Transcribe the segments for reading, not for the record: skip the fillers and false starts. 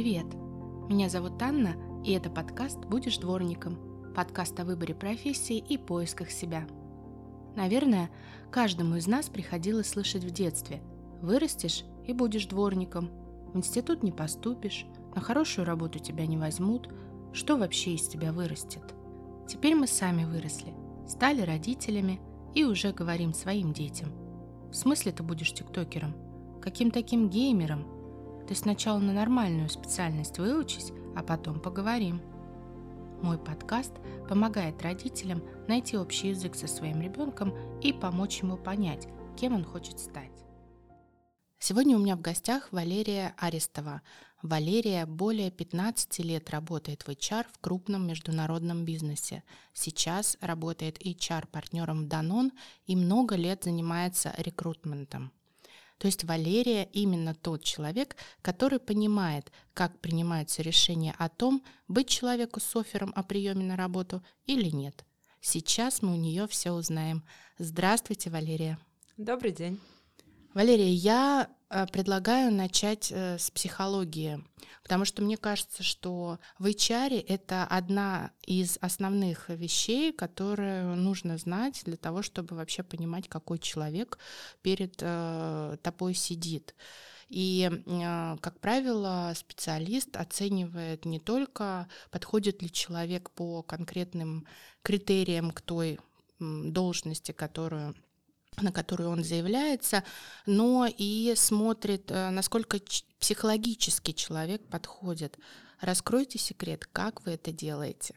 Привет! Меня зовут Анна, и это подкаст «Будешь дворником», подкаст о выборе профессии и поисках себя. Наверное, каждому из нас приходилось слышать в детстве: вырастешь и будешь дворником, в институт не поступишь, на хорошую работу тебя не возьмут, что вообще из тебя вырастет? Теперь мы сами выросли, стали родителями и уже говорим своим детям: в смысле ты будешь тиктокером? Каким таким геймером? Ты сначала на нормальную специальность выучись, а потом поговорим. Мой подкаст помогает родителям найти общий язык со своим ребенком и помочь ему понять, кем он хочет стать. Сегодня у меня в гостях Валерия Арестова. Валерия более 15 лет работает в HR в крупном международном бизнесе. Сейчас работает HR-партнером в Danone и много лет занимается рекрутментом. То есть Валерия именно тот человек, который понимает, как принимаются решения о том, быть человеку с оффером о приеме на работу или нет. Сейчас мы у нее все узнаем. Здравствуйте, Валерия. Добрый день. Валерия, я предлагаю начать с психологии, потому что мне кажется, что в HR это одна из основных вещей, которые нужно знать для того, чтобы вообще понимать, какой человек перед тобой сидит. И, как правило, специалист оценивает не только, подходит ли человек по конкретным критериям к той должности, на которую он заявляется, но и смотрит, насколько психологически человек подходит. Раскройте секрет, как вы это делаете.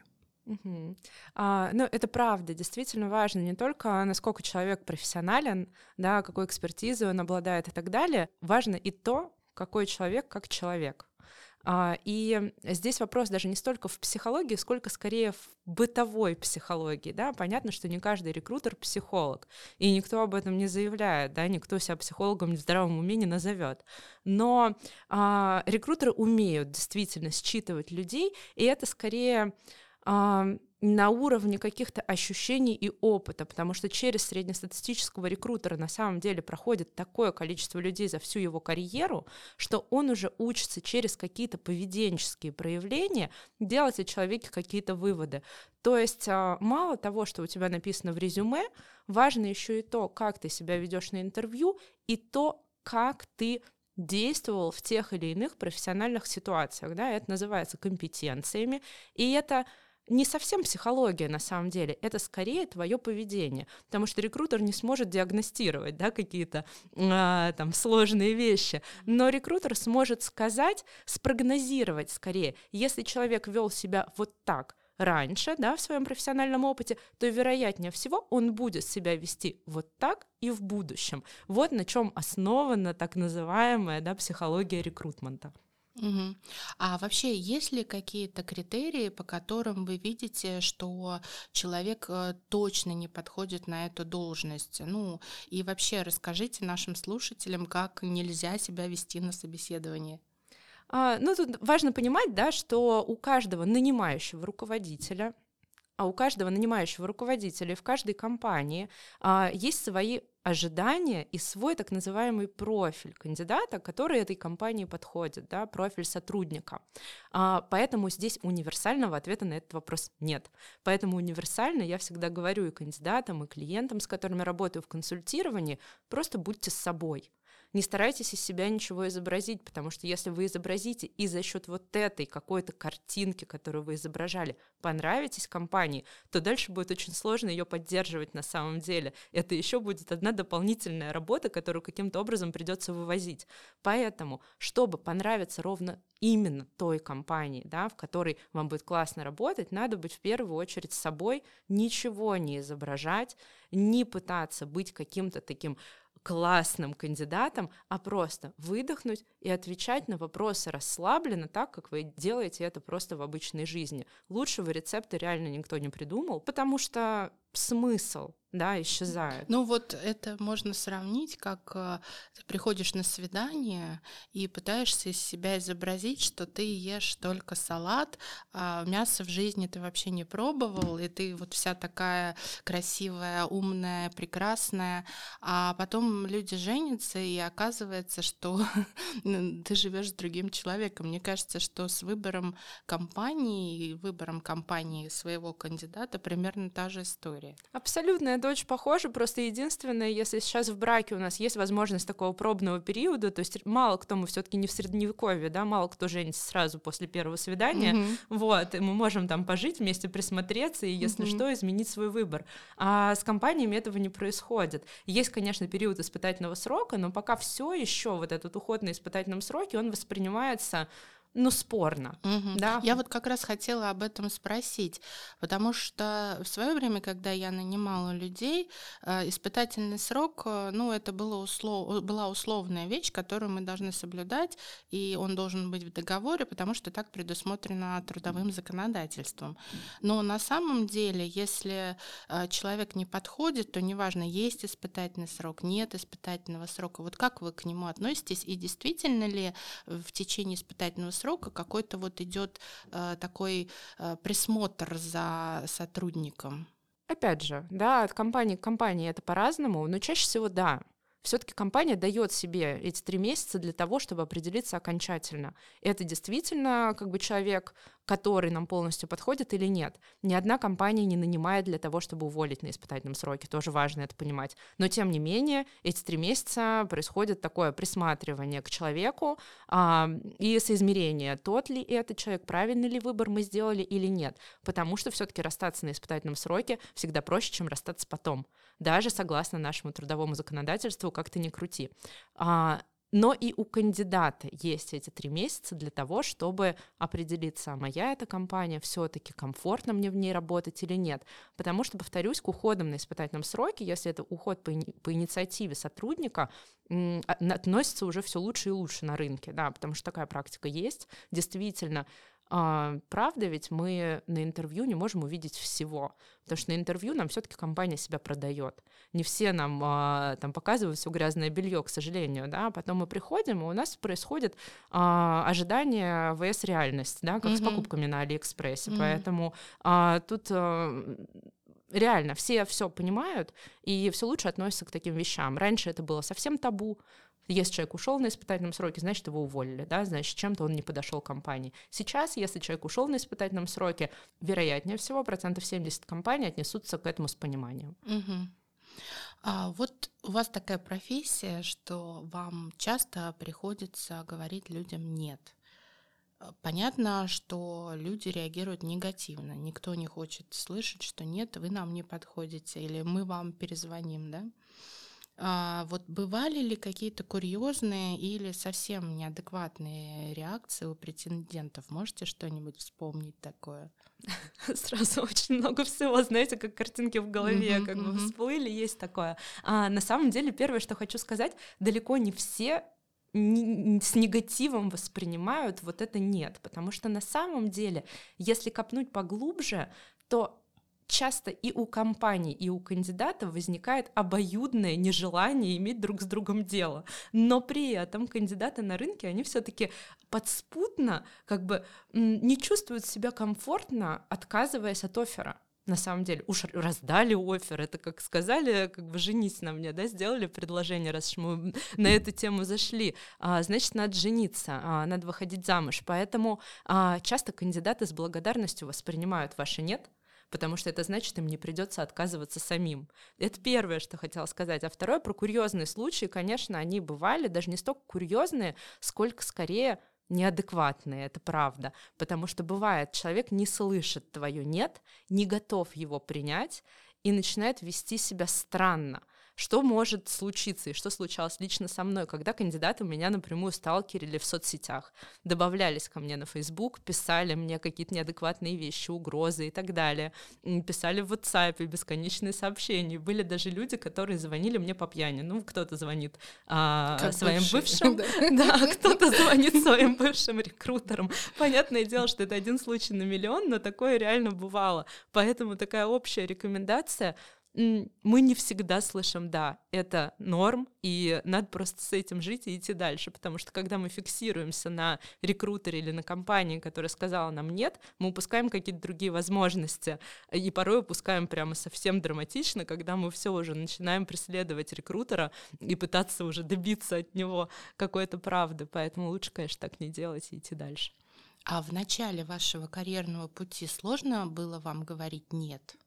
Это правда, действительно важно не только насколько человек профессионален, да, какой экспертизой он обладает и так далее, важно и то, какой человек как человек. И здесь вопрос даже не столько в психологии, сколько скорее в бытовой психологии. Да? Понятно, что не каждый рекрутер психолог, и никто об этом не заявляет, да? Никто себя психологом в здравом уме не назовет. Но рекрутеры умеют действительно считывать людей, и это скорее на уровне каких-то ощущений и опыта, потому что через среднестатистического рекрутера на самом деле проходит такое количество людей за всю его карьеру, что он уже учится через какие-то поведенческие проявления делать о человеке какие-то выводы. То есть мало того, что у тебя написано в резюме, важно еще и то, как ты себя ведешь на интервью, и то, как ты действовал в тех или иных профессиональных ситуациях. Да? Это называется компетенциями, и это не совсем психология на самом деле, это скорее твое поведение, потому что рекрутер не сможет диагностировать, да, какие-то там сложные вещи, но рекрутер сможет сказать, спрогнозировать скорее, если человек вел себя вот так раньше, да, в своем профессиональном опыте, то вероятнее всего он будет себя вести вот так и в будущем. Вот на чем основана так называемая, да, психология рекрутмента. Угу. А вообще, есть ли какие-то критерии, по которым вы видите, что человек точно не подходит на эту должность? Ну, и вообще расскажите нашим слушателям, как нельзя себя вести на собеседовании. Тут важно понимать, да, что у каждого нанимающего руководителя, в каждой компании есть свои ожидания и свой так называемый профиль кандидата, который этой компании подходит, да, профиль сотрудника. Поэтому здесь универсального ответа на этот вопрос нет. Поэтому универсально я всегда говорю и кандидатам, и клиентам, с которыми работаю в консультировании, просто будьте с собой. Не старайтесь из себя ничего изобразить, потому что если вы изобразите и за счет вот этой какой-то картинки, которую вы изображали, понравитесь компании, то дальше будет очень сложно ее поддерживать на самом деле. Это еще будет одна дополнительная работа, которую каким-то образом придется вывозить. Поэтому, чтобы понравиться ровно именно той компании, да, в которой вам будет классно работать, надо быть в первую очередь с собой, ничего не изображать, не пытаться быть каким-то таким классным кандидатом, а просто выдохнуть и отвечать на вопросы расслабленно, так, как вы делаете это просто в обычной жизни. Лучшего рецепта реально никто не придумал, потому что смысл, да, исчезает. Ну вот это можно сравнить, как ты приходишь на свидание и пытаешься из себя изобразить, что ты ешь только салат, а мясо в жизни ты вообще не пробовал, и ты вот вся такая красивая, умная, прекрасная, а потом люди женятся, и оказывается, что ты живешь с другим человеком. Мне кажется, что с выбором компании и выбором компании своего кандидата примерно та же история. Абсолютно, это очень похоже, просто единственное, если сейчас в браке у нас есть возможность такого пробного периода, то есть мало кто, мы все-таки не в средневековье, да, мало кто женится сразу после первого свидания, вот, и мы можем там пожить вместе, присмотреться и, если что, изменить свой выбор. А с компаниями этого не происходит. Есть, конечно, период испытательного срока, но пока все еще вот этот уход на испытательном сроке, он воспринимается спорно. Да? Я вот как раз хотела об этом спросить, потому что в свое время, когда я нанимала людей, испытательный срок, это была условная вещь, которую мы должны соблюдать, и он должен быть в договоре, потому что так предусмотрено трудовым законодательством. Но на самом деле, если человек не подходит, то неважно, есть испытательный срок, нет испытательного срока. Вот как вы к нему относитесь, и действительно ли в течение испытательного срока какой-то вот идет такой присмотр за сотрудником? Опять же, да, от компании к компании это по-разному, но чаще всего да. Все-таки компания дает себе эти 3 месяца для того, чтобы определиться окончательно. Это действительно как бы человек, который нам полностью подходит или нет. Ни одна компания не нанимает для того, чтобы уволить на испытательном сроке, тоже важно это понимать. Но тем не менее, эти 3 месяца происходит такое присматривание к человеку и соизмерение, тот ли это человек, правильный ли выбор мы сделали или нет. Потому что все-таки расстаться на испытательном сроке всегда проще, чем расстаться потом. Даже согласно нашему трудовому законодательству, как ты ни крути. Но и у кандидата есть эти 3 месяца для того, чтобы определиться, моя эта компания, все-таки комфортно мне в ней работать или нет. Потому что, повторюсь, к уходам на испытательном сроке, если это уход по инициативе сотрудника, относится уже все лучше и лучше на рынке, да, потому что такая практика есть. Действительно, правда, ведь мы на интервью не можем увидеть всего, потому что на интервью нам все-таки компания себя продает. Не все нам там показывают все грязное белье, к сожалению, да. Потом мы приходим, и у нас происходит ожидание vs реальность, да, как с покупками на Алиэкспрессе. Поэтому тут реально все понимают и все лучше относятся к таким вещам. Раньше это было совсем табу. Если человек ушел на испытательном сроке, значит, его уволили, да, значит, чем-то он не подошел к компании. Сейчас, если человек ушел на испытательном сроке, вероятнее всего, 70% компаний отнесутся к этому с пониманием. Вот у вас такая профессия, что вам часто приходится говорить людям «нет». Понятно, что люди реагируют негативно. Никто не хочет слышать, что «нет, вы нам не подходите» или «мы вам перезвоним», да? Вот бывали ли какие-то курьезные или совсем неадекватные реакции у претендентов? Можете что-нибудь вспомнить такое? Сразу очень много всего, знаете, как картинки в голове как бы всплыли, есть такое. На самом деле, первое, что хочу сказать, далеко не все с негативом воспринимают вот это «нет», потому что на самом деле, если копнуть поглубже, то часто и у компаний, и у кандидатов возникает обоюдное нежелание иметь друг с другом дело. Но при этом кандидаты на рынке, они все-таки подспудно как бы не чувствуют себя комфортно, отказываясь от оффера. На самом деле, уж раздали оффер, это как сказали, как бы женись на мне, да, сделали предложение, раз уж мы на эту тему зашли, значит, надо жениться, надо выходить замуж. Поэтому часто кандидаты с благодарностью воспринимают ваше «нет», потому что это значит, им не придется отказываться самим. Это первое, что хотела сказать. А второе, про курьезные случаи, конечно, они бывали, даже не столько курьезные, сколько скорее неадекватные, это правда. Потому что бывает, человек не слышит твое «нет», не готов его принять и начинает вести себя странно. Что может случиться и что случалось лично со мной, когда кандидаты меня напрямую сталкерили в соцсетях, добавлялись ко мне на Facebook, писали мне какие-то неадекватные вещи, угрозы и так далее, писали в WhatsApp бесконечные сообщения. Были даже люди, которые звонили мне по пьяни. Ну, кто-то звонит своим бывшим, да, кто-то звонит своим бывшим рекрутерам. Понятное дело, что это один случай на миллион, но такое реально бывало. Поэтому такая общая рекомендация: мы не всегда слышим «да», это норм, и надо просто с этим жить и идти дальше, потому что когда мы фиксируемся на рекрутере или на компании, которая сказала нам «нет», мы упускаем какие-то другие возможности, и порой упускаем прямо совсем драматично, когда мы все уже начинаем преследовать рекрутера и пытаться уже добиться от него какой-то правды, поэтому лучше, конечно, так не делать и идти дальше. А в начале вашего карьерного пути сложно было вам говорить «нет»?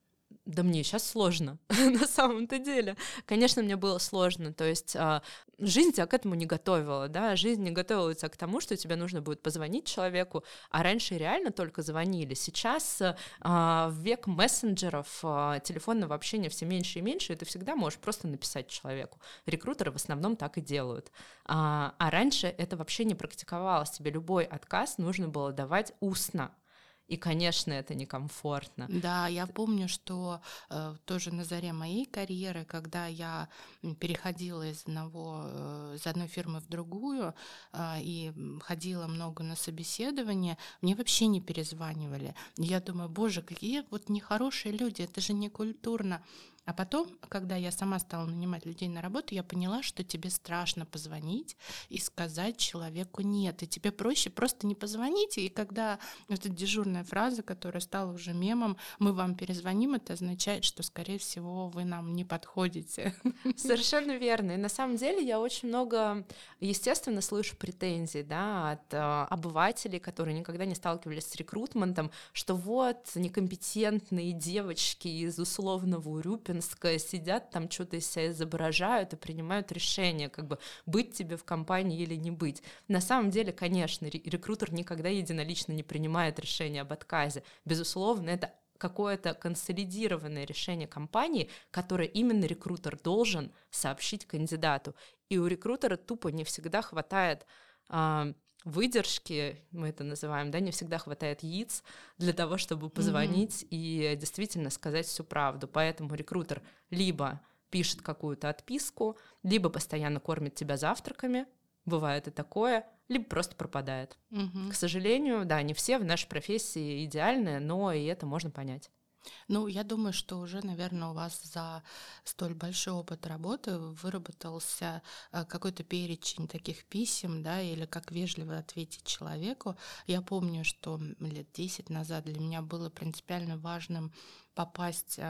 Да мне сейчас сложно, на самом-то деле. Конечно, мне было сложно, то есть жизнь тебя к этому не готовила, да, жизнь не готовила тебя к тому, что тебе нужно будет позвонить человеку, а раньше реально только звонили. Сейчас в век мессенджеров, телефонного общения все меньше и меньше, и ты всегда можешь просто написать человеку. Рекрутеры в основном так и делают. А раньше это вообще не практиковалось, тебе любой отказ нужно было давать устно. И, конечно, это некомфортно. Да, я помню, что тоже на заре моей карьеры, когда я переходила из одной фирмы в другую и ходила много на собеседования, мне вообще не перезванивали. Я думаю, боже, какие вот нехорошие люди, это же не культурно. А потом, когда я сама стала нанимать людей на работу, я поняла, что тебе страшно позвонить и сказать человеку «нет». И тебе проще просто не позвонить. И когда эта дежурная фраза, которая стала уже мемом, «мы вам перезвоним», это означает, что, скорее всего, вы нам не подходите. Совершенно верно. И на самом деле я очень много, естественно, слышу претензий, да, от обывателей, которые никогда не сталкивались с рекрутментом, что вот некомпетентные девочки из условного Урюпинска сидят там, что-то из себя изображают и принимают решение, как бы быть тебе в компании или не быть. На самом деле, конечно, рекрутер никогда единолично не принимает решение об отказе. Безусловно, это какое-то консолидированное решение компании, которое именно рекрутер должен сообщить кандидату. И у рекрутера тупо не всегда хватает выдержки, мы это называем, да, не всегда хватает яиц для того, чтобы позвонить и действительно сказать всю правду. Поэтому рекрутер либо пишет какую-то отписку, либо постоянно кормит тебя завтраками, бывает и такое, либо просто пропадает. К сожалению, да, не все в нашей профессии идеальны, но и это можно понять. Ну, я думаю, что уже, наверное, у вас за столь большой опыт работы выработался какой-то перечень таких писем, да, или как вежливо ответить человеку. Я помню, что лет 10 назад для меня было принципиально важным попасть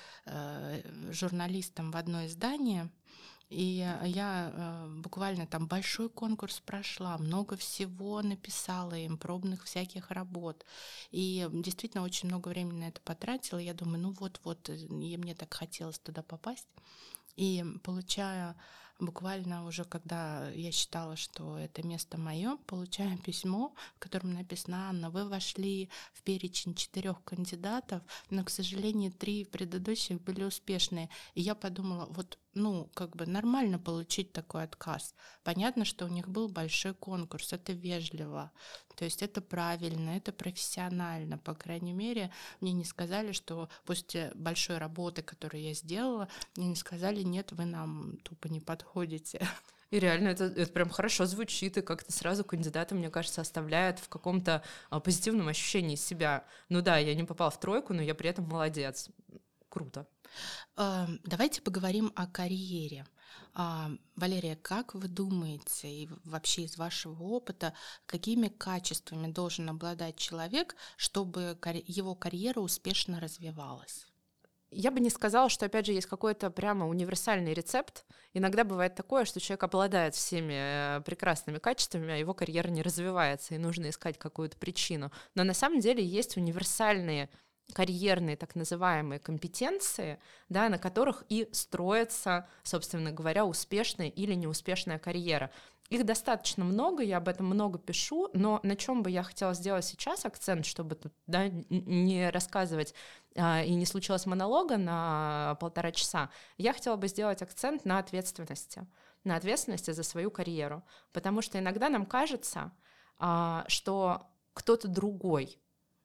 журналистом в одно издание. И я буквально там большой конкурс прошла, много всего написала им, пробных всяких работ. И действительно очень много времени на это потратила. Я думаю, ну вот-вот, и мне так хотелось туда попасть. И получаю буквально уже, когда я считала, что это место мое, получаю письмо, в котором написано: «Анна, вы вошли в перечень 4 кандидатов, но, к сожалению, 3 предыдущих были успешные». И я подумала, вот, ну, как бы нормально получить такой отказ. Понятно, что у них был большой конкурс, это вежливо, то есть это правильно, это профессионально. По крайней мере, мне не сказали, что после большой работы, которую я сделала, мне не сказали: нет, вы нам тупо не подходите. И реально это прям хорошо звучит, и как-то сразу кандидата, мне кажется, оставляет в каком-то позитивном ощущении себя. Ну да, я не попала в 3, но я при этом молодец. Круто. Давайте поговорим о карьере. Валерия, как вы думаете, и вообще из вашего опыта, какими качествами должен обладать человек, чтобы его карьера успешно развивалась? Я бы не сказала, что, опять же, есть какой-то прямо универсальный рецепт. Иногда бывает такое, что человек обладает всеми прекрасными качествами, а его карьера не развивается, и нужно искать какую-то причину. Но на самом деле есть универсальные карьерные так называемые компетенции, да, на которых и строится, собственно говоря, успешная или неуспешная карьера. Их достаточно много, я об этом много пишу, но на чем бы я хотела сделать сейчас акцент, чтобы тут, да, не рассказывать и не случилось монолога на 1,5 часа, я хотела бы сделать акцент на ответственности за свою карьеру, потому что иногда нам кажется, что кто-то другой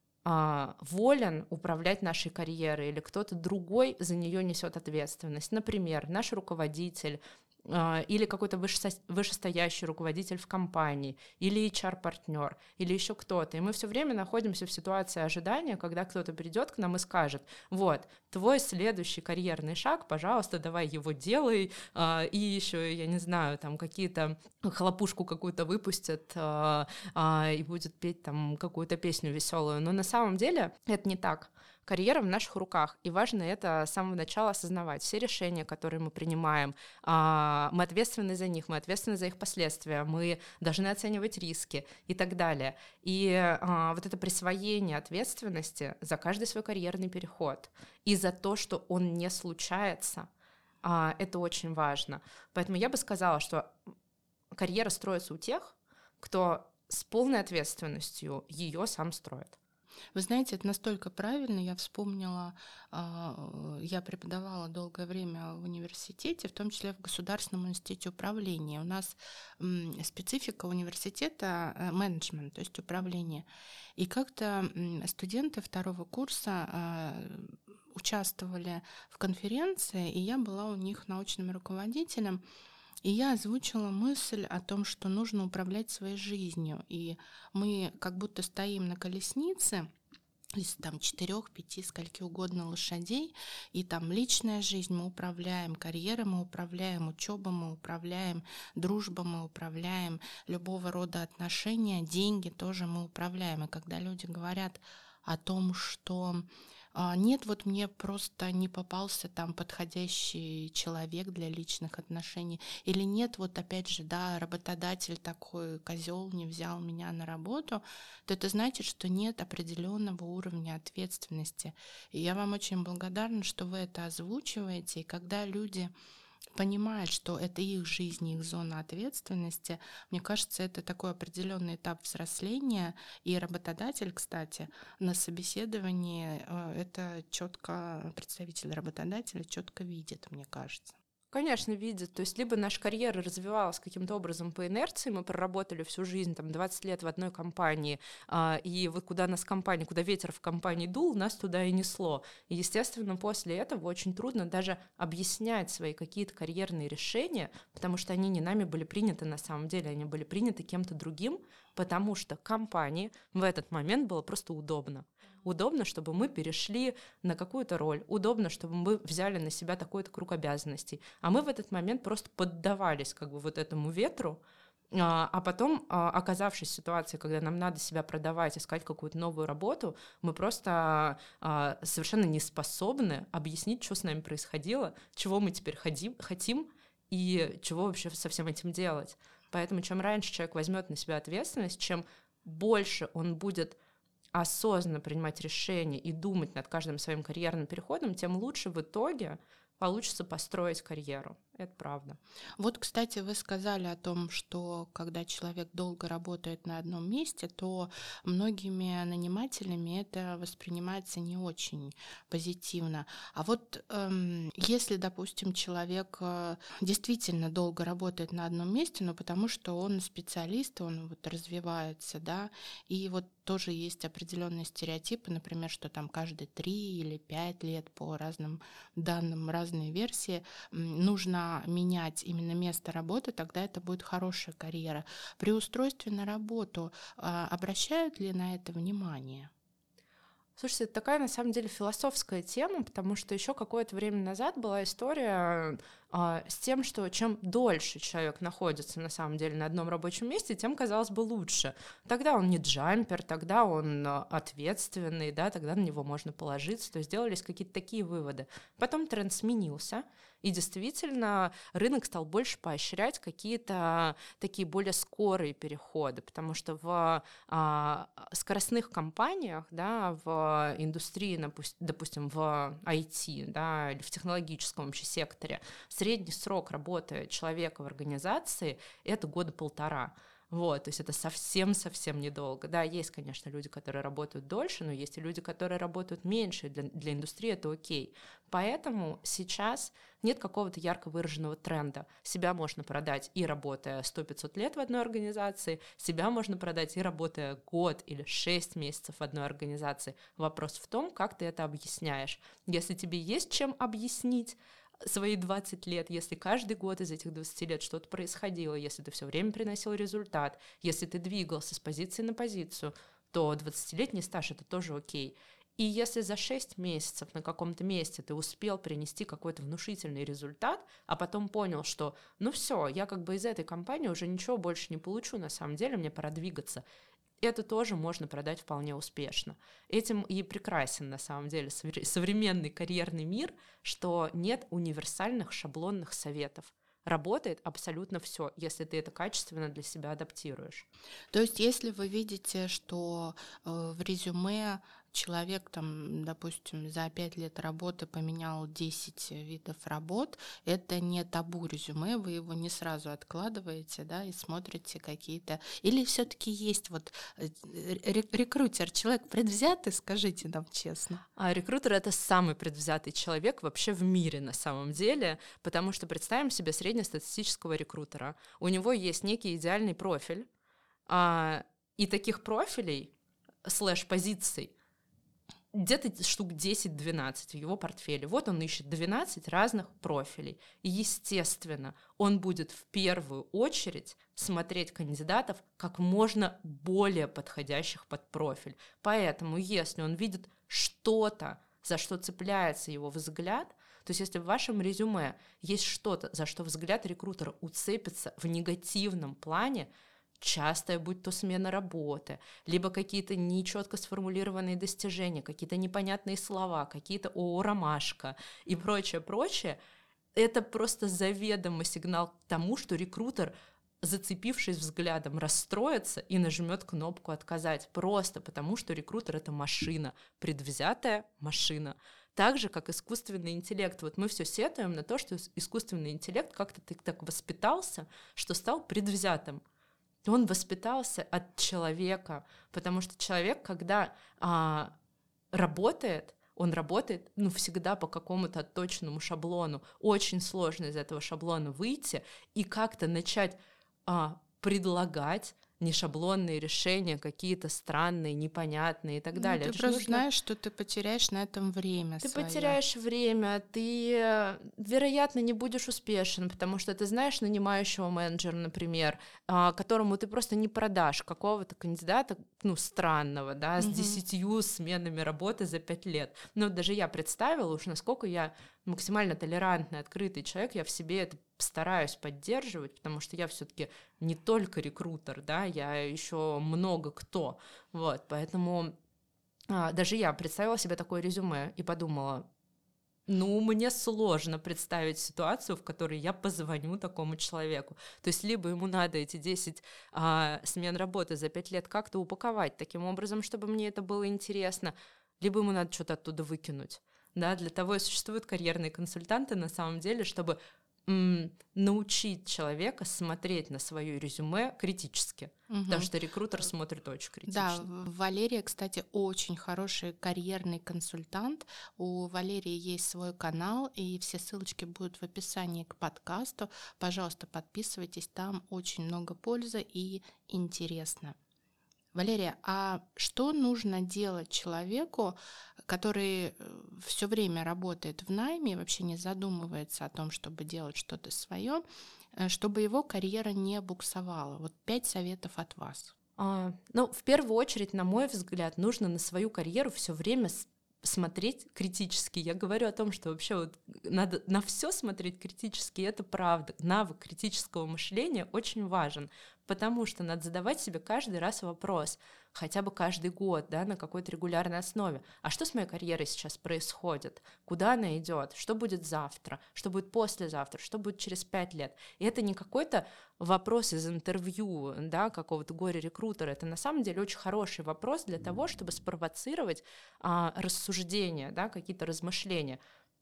волен управлять нашей карьерой, или кто-то другой за нее несет ответственность. Например, наш руководитель, или какой-то вышестоящий руководитель в компании, или HR-партнер, или еще кто-то. И мы все время находимся в ситуации ожидания, когда кто-то придет к нам и скажет: вот, твой следующий карьерный шаг, пожалуйста, давай его делай, и еще, я не знаю, там какие-то хлопушку какую-то выпустят, и будет петь там какую-то песню веселую. Но на самом деле это не так. Карьера в наших руках, и важно это с самого начала осознавать. Все решения, которые мы принимаем, мы ответственны за них, мы ответственны за их последствия, мы должны оценивать риски и так далее. И вот это присвоение ответственности за каждый свой карьерный переход и за то, что он не случается, это очень важно. Поэтому я бы сказала, что карьера строится у тех, кто с полной ответственностью ее сам строит. Вы знаете, это настолько правильно. Я вспомнила, я преподавала долгое время в университете, в том числе в Государственном институте управления. У нас специфика университета менеджмент, то есть управление. И как-то студенты 2-го курса участвовали в конференции, и я была у них научным руководителем. И я озвучила мысль о том, что нужно управлять своей жизнью. И мы как будто стоим на колеснице из там 4, 5, скольки угодно лошадей, и там личная жизнь мы управляем, карьера мы управляем, учеба мы управляем, дружба мы управляем, любого рода отношения, деньги тоже мы управляем. И когда люди говорят о том, что нет, вот мне просто не попался там подходящий человек для личных отношений, или нет, вот опять же, да, работодатель такой козел не взял меня на работу, то это значит, что нет определенного уровня ответственности. И я вам очень благодарна, что вы это озвучиваете, и когда люди понимают, что это их жизнь, их зона ответственности, мне кажется, это такой определенный этап взросления. И работодатель, кстати, на собеседовании это четко, представитель работодателя четко видит, мне кажется. Конечно, видят. То есть либо наша карьера развивалась каким-то образом по инерции, мы проработали всю жизнь, там, 20 лет в одной компании, и вот куда нас компания, куда ветер в компании дул, нас туда и несло. И, естественно, после этого очень трудно даже объяснять свои какие-то карьерные решения, потому что они не нами были приняты на самом деле, они были приняты кем-то другим, потому что компании в этот момент было просто удобно. Удобно, чтобы мы перешли на какую-то роль, удобно, чтобы мы взяли на себя такой-то круг обязанностей. А мы в этот момент просто поддавались как бы вот этому ветру, а потом, оказавшись в ситуации, когда нам надо себя продавать, искать какую-то новую работу, мы просто совершенно не способны объяснить, что с нами происходило, чего мы теперь хотим и чего вообще со всем этим делать. Поэтому чем раньше человек возьмет на себя ответственность, чем больше он будет осознанно принимать решения и думать над каждым своим карьерным переходом, тем лучше в итоге получится построить карьеру. Это правда. Вот, кстати, вы сказали о том, что когда человек долго работает на одном месте, то многими нанимателями это воспринимается не очень позитивно. А вот если, допустим, человек действительно долго работает на одном месте, но потому что он специалист, он вот развивается, да, и вот тоже есть определенные стереотипы, например, что там каждые 3 или 5 лет по разным данным, разные версии нужно менять именно место работы, тогда это будет хорошая карьера. При устройстве на работу обращают ли на это внимание? Слушайте, это такая, на самом деле, философская тема, потому что еще какое-то время назад была история с тем, что чем дольше человек находится, на самом деле, на одном рабочем месте, тем, казалось бы, лучше. Тогда он не джампер, тогда он ответственный, да, тогда на него можно положиться, то есть делались какие-то такие выводы. Потом тренд сменился, и действительно рынок стал больше поощрять какие-то такие более скорые переходы, потому что в скоростных компаниях, да, в индустрии, допустим, в IT, да, или в технологическом вообще секторе, средний срок работы человека в организации — это 1.5 года. Вот, то есть это совсем-совсем недолго. Да, есть, конечно, люди, которые работают дольше, но есть и люди, которые работают меньше, для индустрии это окей. Поэтому сейчас нет какого-то ярко выраженного тренда. Себя можно продать и работая 100-500 лет в одной организации, себя можно продать и работая год или 6 месяцев в одной организации. Вопрос в том, как ты это объясняешь. Если тебе есть чем объяснить свои 20 лет, если каждый год из этих 20 лет что-то происходило, если ты все время приносил результат, если ты двигался с позиции на позицию, то 20-летний стаж — это тоже окей. И если за 6 месяцев на каком-то месте ты успел принести какой-то внушительный результат, а потом понял, что ну все, я как бы из этой компании уже ничего больше не получу, на самом деле мне пора двигаться, это тоже можно продать вполне успешно. Этим и прекрасен, на самом деле, современный карьерный мир, что нет универсальных шаблонных советов. Работает абсолютно все, если ты это качественно для себя адаптируешь. То есть, если вы видите, что в резюме человек, там, допустим, за 5 лет работы поменял 10 видов работ, это не табу резюме, вы его не сразу откладываете, да, и смотрите какие-то... Или все-таки есть вот рекрутер, человек предвзятый, скажите нам честно. А рекрутер — это самый предвзятый человек вообще в мире на самом деле, потому что представим себе среднестатистического рекрутера. У него есть некий идеальный профиль, и таких профилей /позиций где-то штук 10-12 в его портфеле. Вот он ищет 12 разных профилей. И, естественно, он будет в первую очередь смотреть кандидатов как можно более подходящих под профиль. Поэтому, если он видит что-то, за что цепляется его взгляд, то есть если в вашем резюме есть что-то, за что взгляд рекрутера уцепится в негативном плане, частая, будь то смена работы, либо какие-то нечетко сформулированные достижения, какие-то непонятные слова, какие-то ООО «Ромашка» и прочее, это просто заведомо сигнал к тому, что рекрутер, зацепившись взглядом, расстроится и нажмет кнопку «Отказать», просто потому что рекрутер — это машина, предвзятая машина. Так же, как искусственный интеллект. Вот мы все сетуем на то, что искусственный интеллект как-то так воспитался, что стал предвзятым. Он воспитался от человека, потому что человек, когда работает, он работает всегда по какому-то точному шаблону. Очень сложно из этого шаблона выйти и как-то начать предлагать нешаблонные решения, какие-то странные, непонятные и так далее. Ты просто знаешь, что ты потеряешь на этом время. Ты потеряешь время, ты, вероятно, не будешь успешен, потому что ты знаешь нанимающего менеджера, например, которому ты просто не продашь какого-то кандидата, странного, да, с 10 сменами работы за 5 лет. Но даже я представила уж, насколько я максимально толерантный, открытый человек, я в себе это стараюсь поддерживать, потому что я все-таки не только рекрутер, да, я еще много кто, вот, поэтому даже я представила себе такое резюме и подумала, мне сложно представить ситуацию, в которой я позвоню такому человеку. То есть либо ему надо эти 10 смен работы за 5 лет как-то упаковать таким образом, чтобы мне это было интересно, либо ему надо что-то оттуда выкинуть. Да, для того и существуют карьерные консультанты на самом деле, чтобы научить человека смотреть на свое резюме критически, потому что рекрутер смотрит очень критично. Да, Валерия, кстати, очень хороший карьерный консультант. У Валерии есть свой канал, и все ссылочки будут в описании к подкасту. Пожалуйста, подписывайтесь, там очень много пользы и интересно. Валерия, а что нужно делать человеку, который все время работает в найме и вообще не задумывается о том, чтобы делать что-то свое, чтобы его карьера не буксовала? Вот 5 советов от вас. В первую очередь, на мой взгляд, нужно на свою карьеру все время смотреть критически. Я говорю о том, что вообще вот надо на все смотреть критически, и это правда. Навык критического мышления очень важен, потому что надо задавать себе каждый раз вопрос, хотя бы каждый год, да, на какой-то регулярной основе. А что с моей карьерой сейчас происходит? Куда она идет? Что будет завтра? Что будет послезавтра? Что будет через 5 лет? И это не какой-то вопрос из интервью, да, какого-то горе-рекрутера. Это на самом деле очень хороший вопрос для того, чтобы спровоцировать рассуждения, да, какие-то размышления.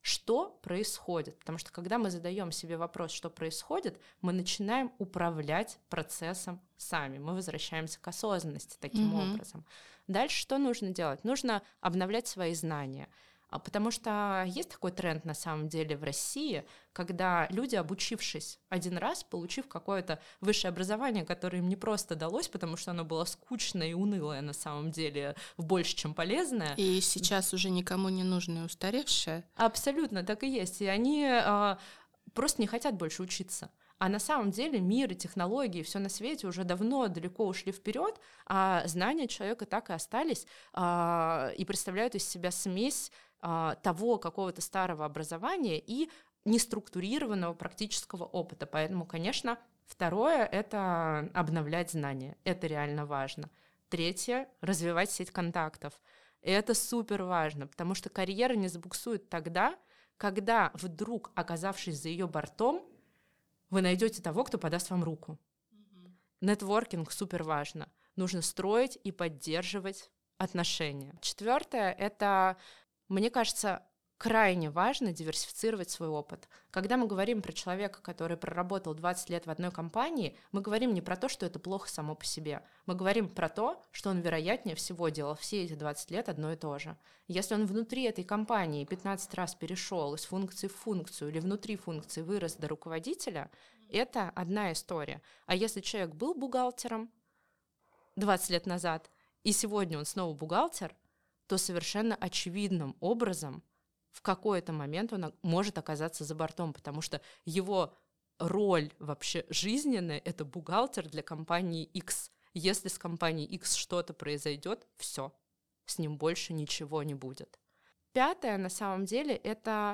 что происходит. Потому что когда мы задаем себе вопрос, что происходит, мы начинаем управлять процессом сами. Мы возвращаемся к осознанности таким образом. Дальше что нужно делать? Нужно обновлять свои знания. Потому что есть такой тренд на самом деле в России, когда люди, обучившись один раз, получив какое-то высшее образование, которое им не просто далось, потому что оно было скучное и унылое на самом деле, больше, чем полезное. И сейчас уже никому не нужное и устаревшее. Абсолютно так и есть. И они просто не хотят больше учиться. А на самом деле мир и технологии, все на свете уже давно далеко ушли вперед, а знания человека так и остались и представляют из себя смесь того какого-то старого образования и неструктурированного практического опыта. Поэтому, конечно, второе — это обновлять знания. Это реально важно. Третье — развивать сеть контактов. И это супер важно, потому что карьера не забуксует тогда, когда вдруг, оказавшись за ее бортом, вы найдете того, кто подаст вам руку. Нетворкинг супер важно. Нужно строить и поддерживать отношения. Четвертое — это, мне кажется, крайне важно диверсифицировать свой опыт. Когда мы говорим про человека, который проработал 20 лет в одной компании, мы говорим не про то, что это плохо само по себе. Мы говорим про то, что он, вероятнее всего, делал все эти 20 лет одно и то же. Если он внутри этой компании 15 раз перешел из функции в функцию или внутри функции вырос до руководителя, это одна история. А если человек был бухгалтером 20 лет назад, и сегодня он снова бухгалтер, то совершенно очевидным образом в какой-то момент он может оказаться за бортом, потому что его роль вообще жизненная — это бухгалтер для компании X. Если с компанией X что-то произойдет, все, с ним больше ничего не будет. Пятое, на самом деле, это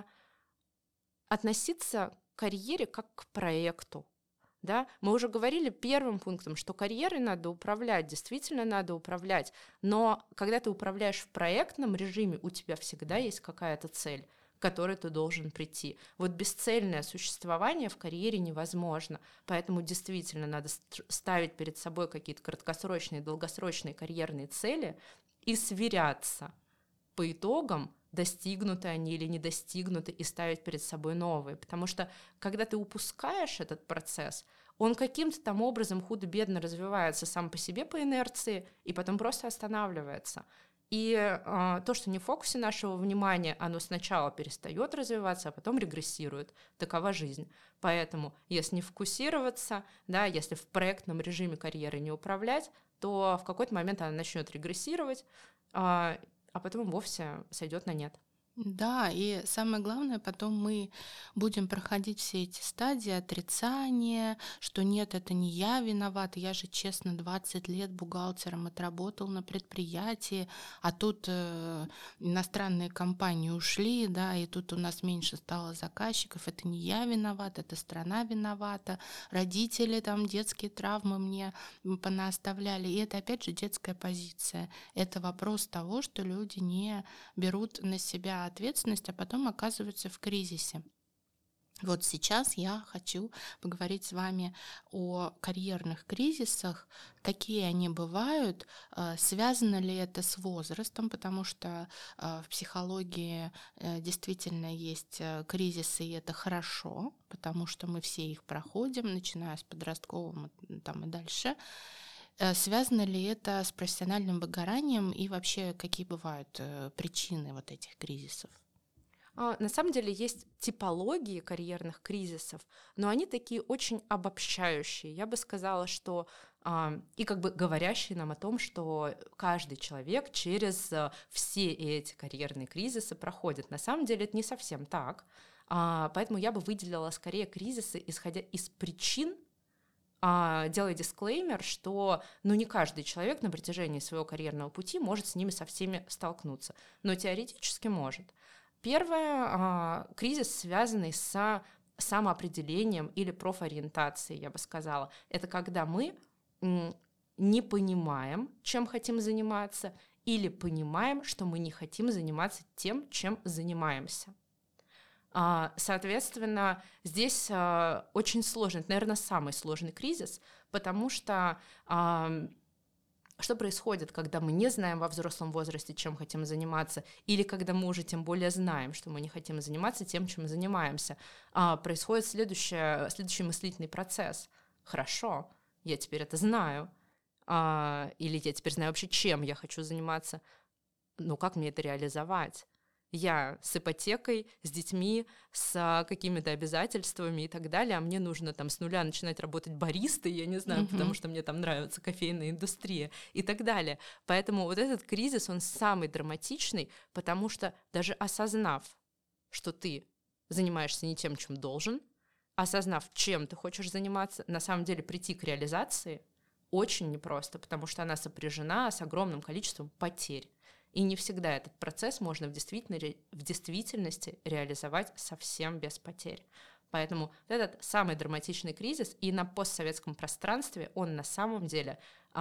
относиться к карьере как к проекту. Да? Мы уже говорили первым пунктом, что карьерой надо управлять, действительно надо управлять, но когда ты управляешь в проектном режиме, у тебя всегда есть какая-то цель, к которой ты должен прийти. Вот бесцельное существование в карьере невозможно, поэтому действительно надо ставить перед собой какие-то краткосрочные, долгосрочные карьерные цели и сверяться по итогам, достигнуты они или не достигнуты, и ставить перед собой новые. Потому что, когда ты упускаешь этот процесс, он каким-то там образом худо-бедно развивается сам по себе по инерции, и потом просто останавливается. И то, что не в фокусе нашего внимания, оно сначала перестает развиваться, а потом регрессирует. Такова жизнь. Поэтому, если не фокусироваться, да, если в проектном режиме карьеры не управлять, то в какой-то момент она начнет регрессировать, а потом вовсе сойдет на нет. Да, и самое главное, потом мы будем проходить все эти стадии отрицания, что нет, это не я виноват, я же честно 20 лет бухгалтером отработал на предприятии, а тут иностранные компании ушли, да, и тут у нас меньше стало заказчиков, это не я виноват, это страна виновата, родители там детские травмы мне понаоставляли, и это опять же детская позиция. Это вопрос того, что люди не берут на себя ответственность, а потом оказываются в кризисе. Вот сейчас я хочу поговорить с вами о карьерных кризисах, какие они бывают, связано ли это с возрастом, потому что в психологии действительно есть кризисы, и это хорошо, потому что мы все их проходим, начиная с подростковым там, и дальше. Связано ли это с профессиональным выгоранием и вообще какие бывают причины вот этих кризисов? На самом деле есть типологии карьерных кризисов, но они такие очень обобщающие. Я бы сказала, что и как бы говорящие нам о том, что каждый человек через все эти карьерные кризисы проходит. На самом деле это не совсем так, поэтому я бы выделила скорее кризисы, исходя из причин, делая дисклеймер, что не каждый человек на протяжении своего карьерного пути может с ними со всеми столкнуться, но теоретически может. Первое — кризис, связанный с самоопределением или профориентацией, я бы сказала. Это когда мы не понимаем, чем хотим заниматься, или понимаем, что мы не хотим заниматься тем, чем занимаемся. Соответственно, здесь очень сложный, это, наверное, самый сложный кризис, потому что Что происходит, когда мы не знаем во взрослом возрасте, чем хотим заниматься, или когда мы уже тем более знаем, что мы не хотим заниматься тем, чем мы занимаемся? Происходит следующий мыслительный процесс. Хорошо, я теперь это знаю, или я теперь знаю вообще, чем я хочу заниматься, но как мне это реализовать? Я с ипотекой, с детьми, с какими-то обязательствами и так далее, а мне нужно там с нуля начинать работать баристой, я не знаю, потому что мне там нравится кофейная индустрия и так далее. Поэтому вот этот кризис, он самый драматичный, потому что даже осознав, что ты занимаешься не тем, чем должен, осознав, чем ты хочешь заниматься, на самом деле прийти к реализации очень непросто, потому что она сопряжена с огромным количеством потерь. И не всегда этот процесс можно в действительности реализовать совсем без потерь. Поэтому этот самый драматичный кризис, и на постсоветском пространстве он на самом деле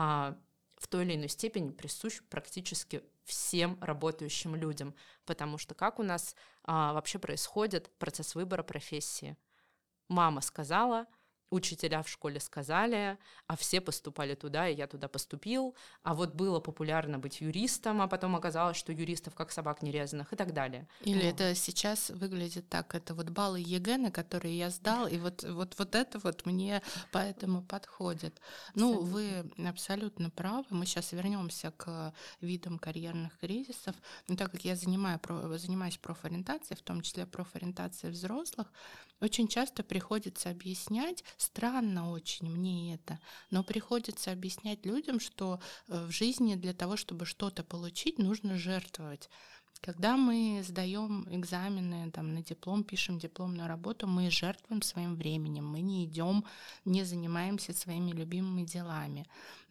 в той или иной степени присущ практически всем работающим людям. Потому что как у нас вообще происходит процесс выбора профессии? Мама сказала, учителя в школе сказали, а все поступали туда, и я туда поступил, а вот было популярно быть юристом, а потом оказалось, что юристов как собак нерезанных и так далее. Или это сейчас выглядит так, это вот баллы ЕГЭ, на которые я сдал, и вот это вот мне поэтому подходит. Ну, вы абсолютно правы, мы сейчас вернемся к видам карьерных кризисов, но так как я занимаюсь профориентацией, в том числе профориентацией взрослых, очень часто приходится объяснять, странно очень мне это, но приходится объяснять людям, что в жизни для того, чтобы что-то получить, нужно жертвовать. Когда мы сдаем экзамены там, на диплом, пишем дипломную работу, мы жертвуем своим временем, мы не идем, не занимаемся своими любимыми делами.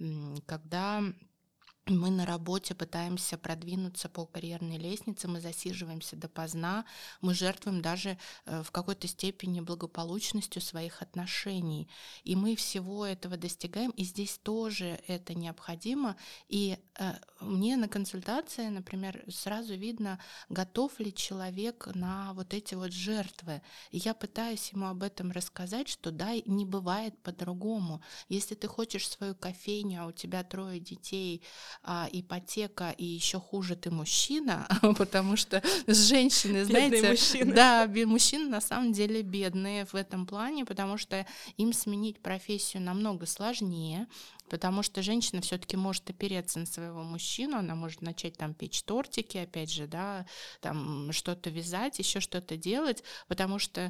Когда мы на работе пытаемся продвинуться по карьерной лестнице, мы засиживаемся допоздна, мы жертвуем даже в какой-то степени благополучностью своих отношений. И мы всего этого достигаем, и здесь тоже это необходимо. И мне на консультации, например, сразу видно, готов ли человек на вот эти вот жертвы. И я пытаюсь ему об этом рассказать, что да, не бывает по-другому. Если ты хочешь свою кофейню, а у тебя 3 детей, ипотека, и еще хуже ты мужчина, потому что с женщиной, знаете, мужчины. Да, мужчины на самом деле бедные в этом плане, потому что им сменить профессию намного сложнее, потому что женщина все-таки может опереться на своего мужчину, она может начать там печь тортики, опять же, да, там что-то вязать, еще что-то делать, потому что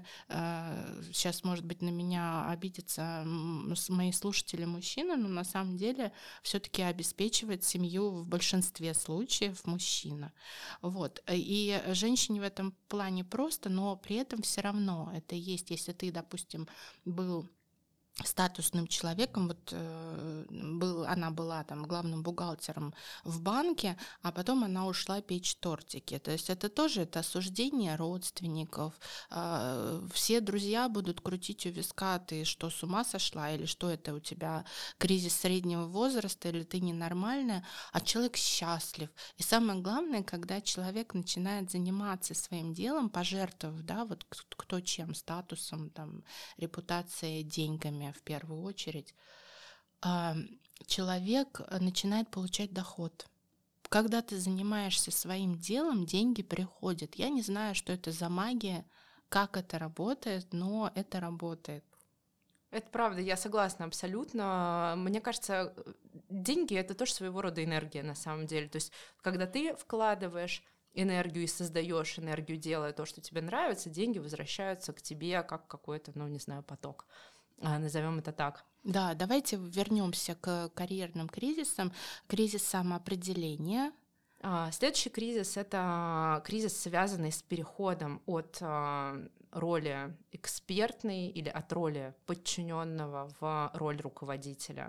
сейчас, может быть, на меня обидятся мои слушатели мужчины, но на самом деле все-таки обеспечивает семью в большинстве случаев мужчина. Вот. И женщине в этом плане просто, но при этом все равно это есть, если ты, допустим, был статусным человеком, она была там главным бухгалтером в банке, а потом она ушла печь тортики. То есть это тоже это осуждение родственников. Все друзья будут крутить у виска: ты что, с ума сошла, или что это у тебя кризис среднего возраста, или ты ненормальная, а человек счастлив. И самое главное, когда человек начинает заниматься своим делом, пожертвовав, да, вот кто чем, статусом, там, репутацией, деньгами, в первую очередь, человек начинает получать доход. Когда ты занимаешься своим делом, деньги приходят. Я не знаю, что это за магия, как это работает, но это работает. Это правда, я согласна абсолютно. Мне кажется, деньги — это тоже своего рода энергия на самом деле. То есть когда ты вкладываешь энергию и создаешь энергию, делая то, что тебе нравится, деньги возвращаются к тебе как какой-то, поток. Назовем это так. Да, давайте вернемся к карьерным кризисам. Кризис самоопределения. Следующий кризис — это кризис, связанный с переходом от роли экспертной или от роли подчиненного в роль руководителя.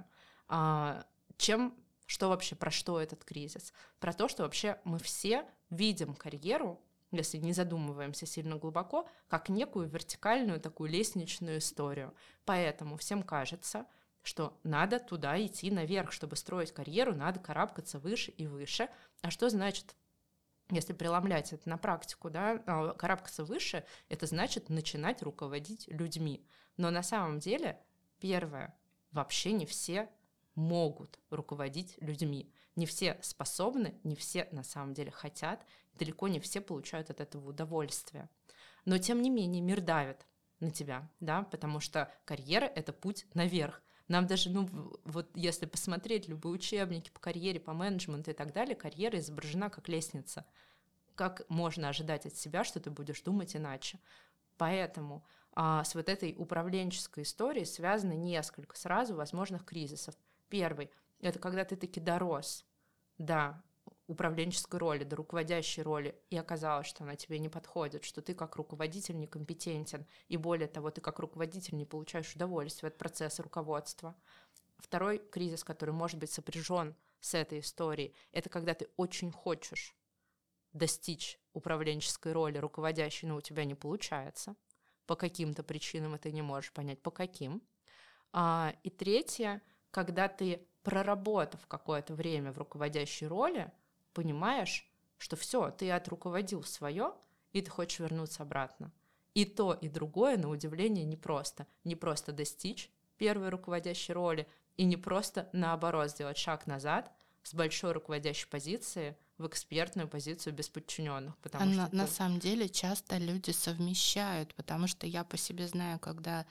Про что этот кризис? Про то, что вообще мы все видим карьеру, если не задумываемся сильно глубоко, как некую вертикальную такую лестничную историю. Поэтому всем кажется, что надо туда идти наверх, чтобы строить карьеру, надо карабкаться выше и выше. А что значит, если преломлять это на практику, да, карабкаться выше, это значит начинать руководить людьми. Но на самом деле, первое, вообще не все могут руководить людьми. Не все способны, не все на самом деле хотят, далеко не все получают от этого удовольствие. Но тем не менее мир давит на тебя, да, потому что карьера — это путь наверх. Нам даже, вот если посмотреть любые учебники по карьере, по менеджменту и так далее, карьера изображена как лестница. Как можно ожидать от себя, что ты будешь думать иначе? Поэтому с вот этой управленческой историей связано несколько сразу возможных кризисов. Первый — это когда ты таки дорос до управленческой роли, до руководящей роли, и оказалось, что она тебе не подходит, что ты как руководитель некомпетентен, и более того, ты как руководитель не получаешь удовольствия от процесса руководства. Второй кризис, который может быть сопряжен с этой историей, это когда ты очень хочешь достичь управленческой роли руководящей, но у тебя не получается. По каким-то причинам, и ты не можешь понять, по каким. И третье, когда ты, проработав какое-то время в руководящей роли, понимаешь, что все, ты отруководил свое, и ты хочешь вернуться обратно. И то, и другое, на удивление, непросто. Не просто достичь первой руководящей роли, и не просто, наоборот, сделать шаг назад с большой руководящей позиции в экспертную позицию без подчиненных. На самом деле часто люди совмещают, потому что я по себе знаю, когда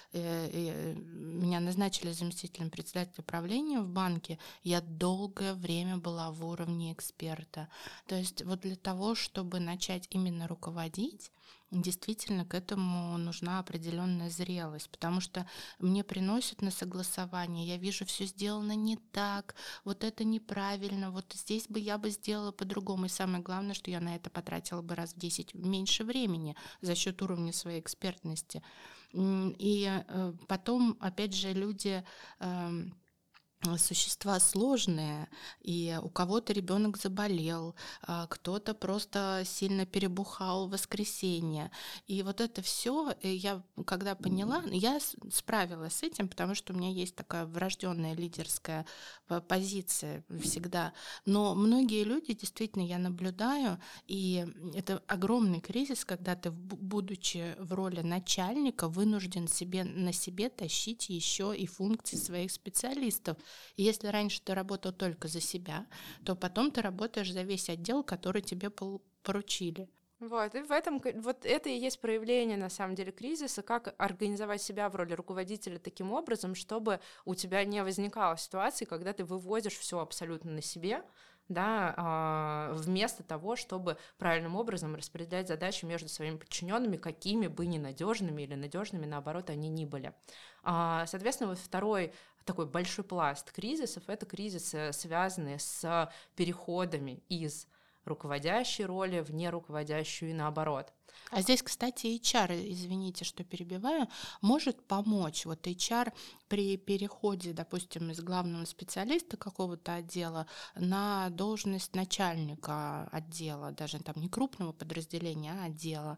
меня назначили заместителем председателя правления в банке, я долгое время была в уровне эксперта. То есть вот для того, чтобы начать именно руководить, действительно к этому нужна определенная зрелость, потому что мне приносят на согласование, я вижу, все сделано не так, вот это неправильно, вот здесь бы я бы сделала по-другому. И самое главное, что я на это потратила бы раз в 10 меньше времени за счет уровня своей экспертности. И потом, опять же, люди существа сложные, и у кого-то ребенок заболел, кто-то просто сильно перебухал в воскресенье. И вот это все я, когда поняла, я справилась с этим, потому что у меня есть такая врожденная лидерская позиция всегда. Но многие люди, действительно, я наблюдаю, и это огромный кризис, когда ты, будучи в роли начальника, вынужден на себе тащить еще и функции своих специалистов. И если раньше ты работал только за себя, то потом ты работаешь за весь отдел, который тебе поручили. Вот, и в этом, вот это и есть проявление, на самом деле, кризиса, как организовать себя в роли руководителя таким образом, чтобы у тебя не возникало ситуации, когда ты вывозишь все абсолютно на себе, да, вместо того, чтобы правильным образом распределять задачи между своими подчиненными, какими бы ненадежными или надежными, наоборот, они ни были. Соответственно, вот второй такой большой пласт кризисов — это кризисы, связанные с переходами из руководящей роли в неруководящую и наоборот. А здесь, кстати, HR, извините, что перебиваю, может помочь. Вот HR при переходе, допустим, из главного специалиста какого-то отдела на должность начальника отдела, даже там не крупного подразделения, а отдела.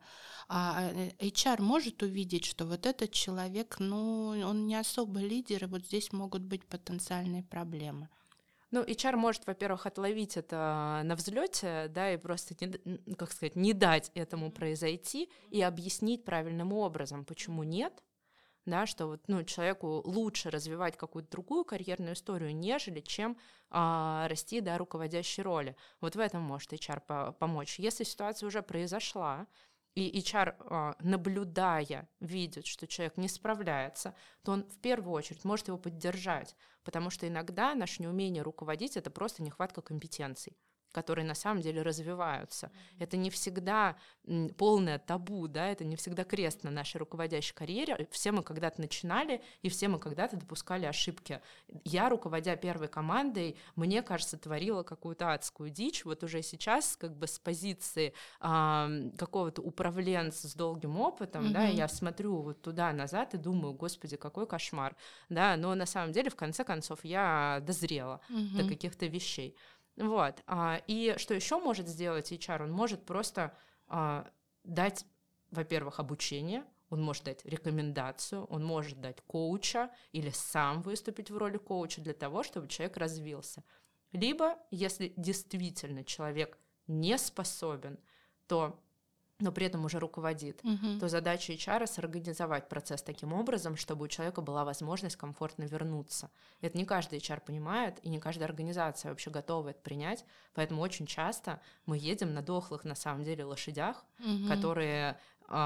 HR может увидеть, что вот этот человек, он не особо лидер, и вот здесь могут быть потенциальные проблемы. HR может, во-первых, отловить это на взлете, да, и просто, не дать этому произойти и объяснить правильным образом, почему нет, да, что вот, человеку лучше развивать какую-то другую карьерную историю, нежели чем расти до руководящей роли. Вот в этом может HR помочь. Если ситуация уже произошла, и HR, наблюдая, видит, что человек не справляется, то он в первую очередь может его поддержать, потому что иногда наше неумение руководить — это просто нехватка компетенций, которые на самом деле развиваются. Это не всегда полное табу, да, это не всегда крест на нашей руководящей карьере. Все мы когда-то начинали, и все мы когда-то допускали ошибки. Я, руководя первой командой, мне кажется, творила какую-то адскую дичь. Вот уже сейчас как бы с позиции какого-то управленца с долгим опытом, да, я смотрю вот туда назад и думаю, господи, какой кошмар. Да, но на самом деле, в конце концов, я дозрела до каких-то вещей. Вот. И что еще может сделать HR? Он может просто дать, во-первых, обучение, он может дать рекомендацию, он может дать коуча или сам выступить в роли коуча для того, чтобы человек развился. Либо, если действительно человек не способен, то но при этом уже руководит, то задача HR сорганизовать процесс таким образом, чтобы у человека была возможность комфортно вернуться. Это не каждый HR понимает, и не каждая организация вообще готова это принять, поэтому очень часто мы едем на дохлых, на самом деле, лошадях, которые...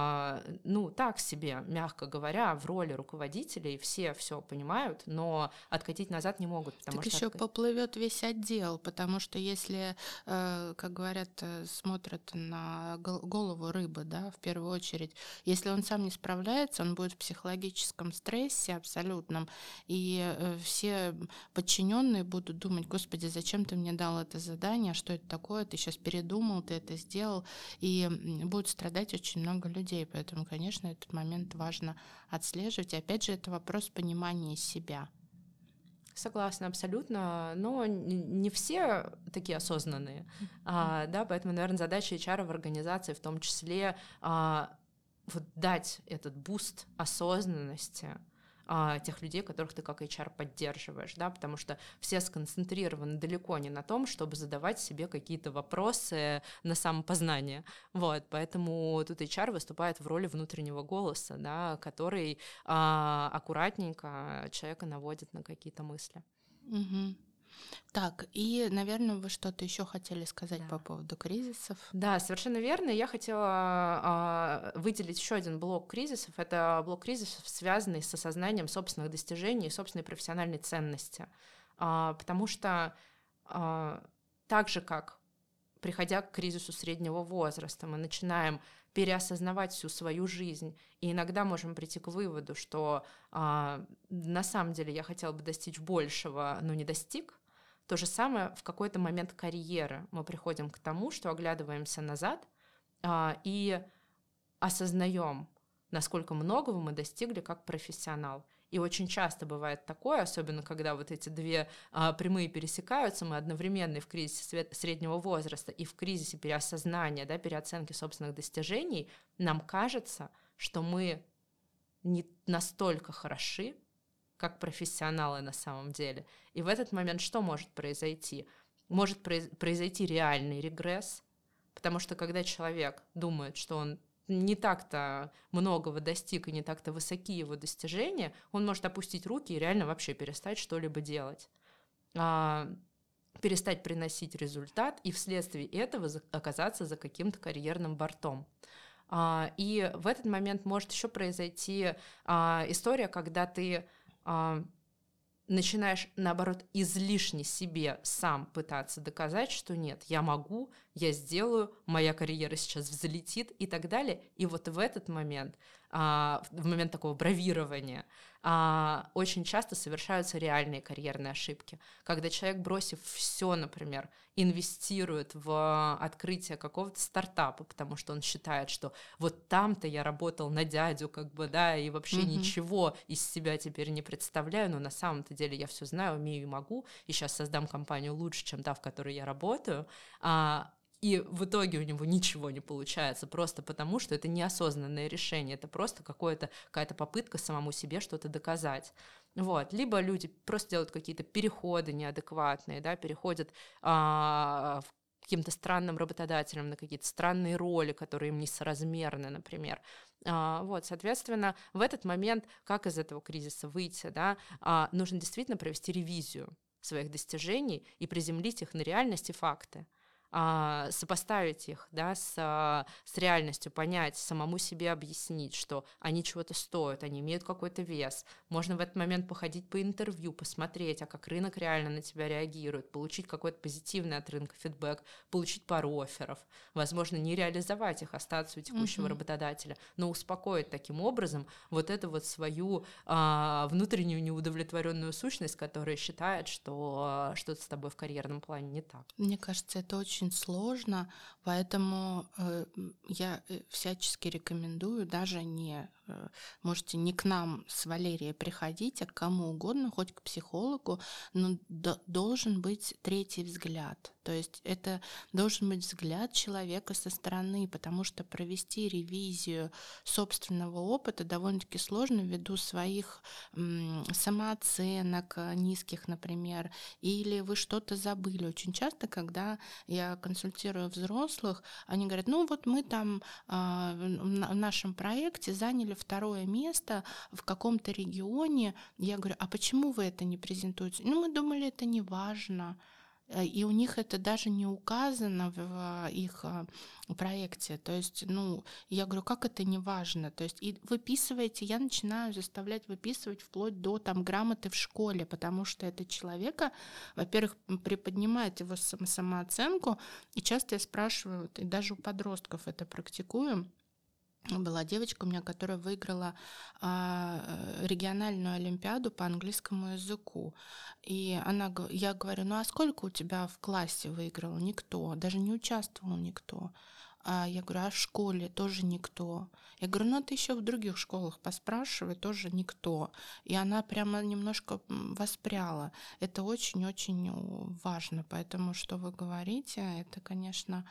так себе, мягко говоря, в роли руководителей все понимают, но откатить назад не могут. Так еще поплывет весь отдел, потому что если, как говорят, смотрят на голову рыбы, да, в первую очередь, если он сам не справляется, он будет в психологическом стрессе абсолютном, и все подчиненные будут думать: господи, зачем ты мне дал это задание, что это такое, ты сейчас передумал, ты это сделал, и будет страдать очень много людей, поэтому, конечно, этот момент важно отслеживать. И опять же, это вопрос понимания себя. Согласна, абсолютно, но не все такие осознанные, да, поэтому, наверное, задача HR в организации в том числе вот дать этот буст осознанности тех людей, которых ты как HR поддерживаешь, да, потому что все сконцентрированы далеко не на том, чтобы задавать себе какие-то вопросы на самопознание, вот, поэтому тут HR выступает в роли внутреннего голоса, да, который аккуратненько человека наводит на какие-то мысли. Так, и, наверное, вы что-то еще хотели сказать по поводу кризисов? Да, совершенно верно. Я хотела выделить еще один блок кризисов. Это блок кризисов, связанный с осознанием собственных достижений и собственной профессиональной ценности. Потому что так же, как приходя к кризису среднего возраста, мы начинаем переосознавать всю свою жизнь, и иногда можем прийти к выводу, что на самом деле я хотела бы достичь большего, но не достиг. То же самое в какой-то момент карьеры мы приходим к тому, что оглядываемся назад и осознаем, насколько многого мы достигли как профессионал. И очень часто бывает такое, особенно когда вот эти две прямые пересекаются, мы одновременно и в кризисе среднего возраста, и в кризисе переосознания, да, переоценки собственных достижений, нам кажется, что мы не настолько хороши, как профессионалы на самом деле. И в этот момент что может произойти? Может произойти реальный регресс, потому что когда человек думает, что он не так-то многого достиг и не так-то высоки его достижения, он может опустить руки и реально вообще перестать что-либо делать, перестать приносить результат и вследствие этого оказаться за каким-то карьерным бортом. И в этот момент может еще произойти история, когда ты начинаешь, наоборот, излишне себе сам пытаться доказать, что нет, я могу, я сделаю, моя карьера сейчас взлетит и так далее. И вот в этот момент, в момент такого бравирования, очень часто совершаются реальные карьерные ошибки. Когда человек, бросив все, например, инвестирует в открытие какого-то стартапа, потому что он считает, что вот там-то я работал на дядю, как бы, да, и вообще ничего из себя теперь не представляю, но на самом-то деле я все знаю, умею и могу, и сейчас создам компанию лучше, чем та, в которой я работаю, и в итоге у него ничего не получается, просто потому, что это неосознанное решение, это просто какая-то попытка самому себе что-то доказать. Вот. Либо люди просто делают какие-то переходы неадекватные, да, переходят к каким-то странным работодателям на какие-то странные роли, которые им несоразмерны, например. Вот, соответственно, в этот момент, как из этого кризиса выйти, да, нужно действительно провести ревизию своих достижений и приземлить их на реальность и факты. Сопоставить их, да, с реальностью, понять, самому себе объяснить, что они чего-то стоят, они имеют какой-то вес. Можно в этот момент походить по интервью, посмотреть, как рынок реально на тебя реагирует, получить какой-то позитивный от рынка фидбэк, получить пару офферов, возможно, не реализовать их, остаться у текущего работодателя, но успокоить таким образом вот эту вот свою внутреннюю неудовлетворенную сущность, которая считает, что что-то с тобой в карьерном плане не так. Мне кажется, это очень сложно, поэтому я всячески рекомендую даже можете не к нам с Валерией приходить, а к кому угодно, хоть к психологу, но должен быть третий взгляд. То есть это должен быть взгляд человека со стороны, потому что провести ревизию собственного опыта довольно-таки сложно ввиду своих самооценок низких, например, или вы что-то забыли. Очень часто, когда я консультирую взрослых, они говорят, ну вот мы там в нашем проекте заняли 2 место в каком-то регионе. Я говорю, а почему вы это не презентуете? Ну, мы думали, это не важно. И у них это даже не указано в их проекте. То есть, я говорю, как это не важно? То есть, и выписываете, я начинаю заставлять выписывать вплоть до грамоты в школе, потому что это человека, во-первых, приподнимает его самооценку, и часто я спрашиваю, и даже у подростков это практикую. Была девочка у меня, которая выиграла региональную олимпиаду по английскому языку. И я говорю, ну а сколько у тебя в классе выиграл? Никто, даже не участвовал никто. Я говорю, а в школе тоже никто. Я говорю, ну ты еще в других школах поспрашивай, тоже никто. И она прямо немножко воспряла. Это очень-очень важно, поэтому что вы говорите, это, конечно,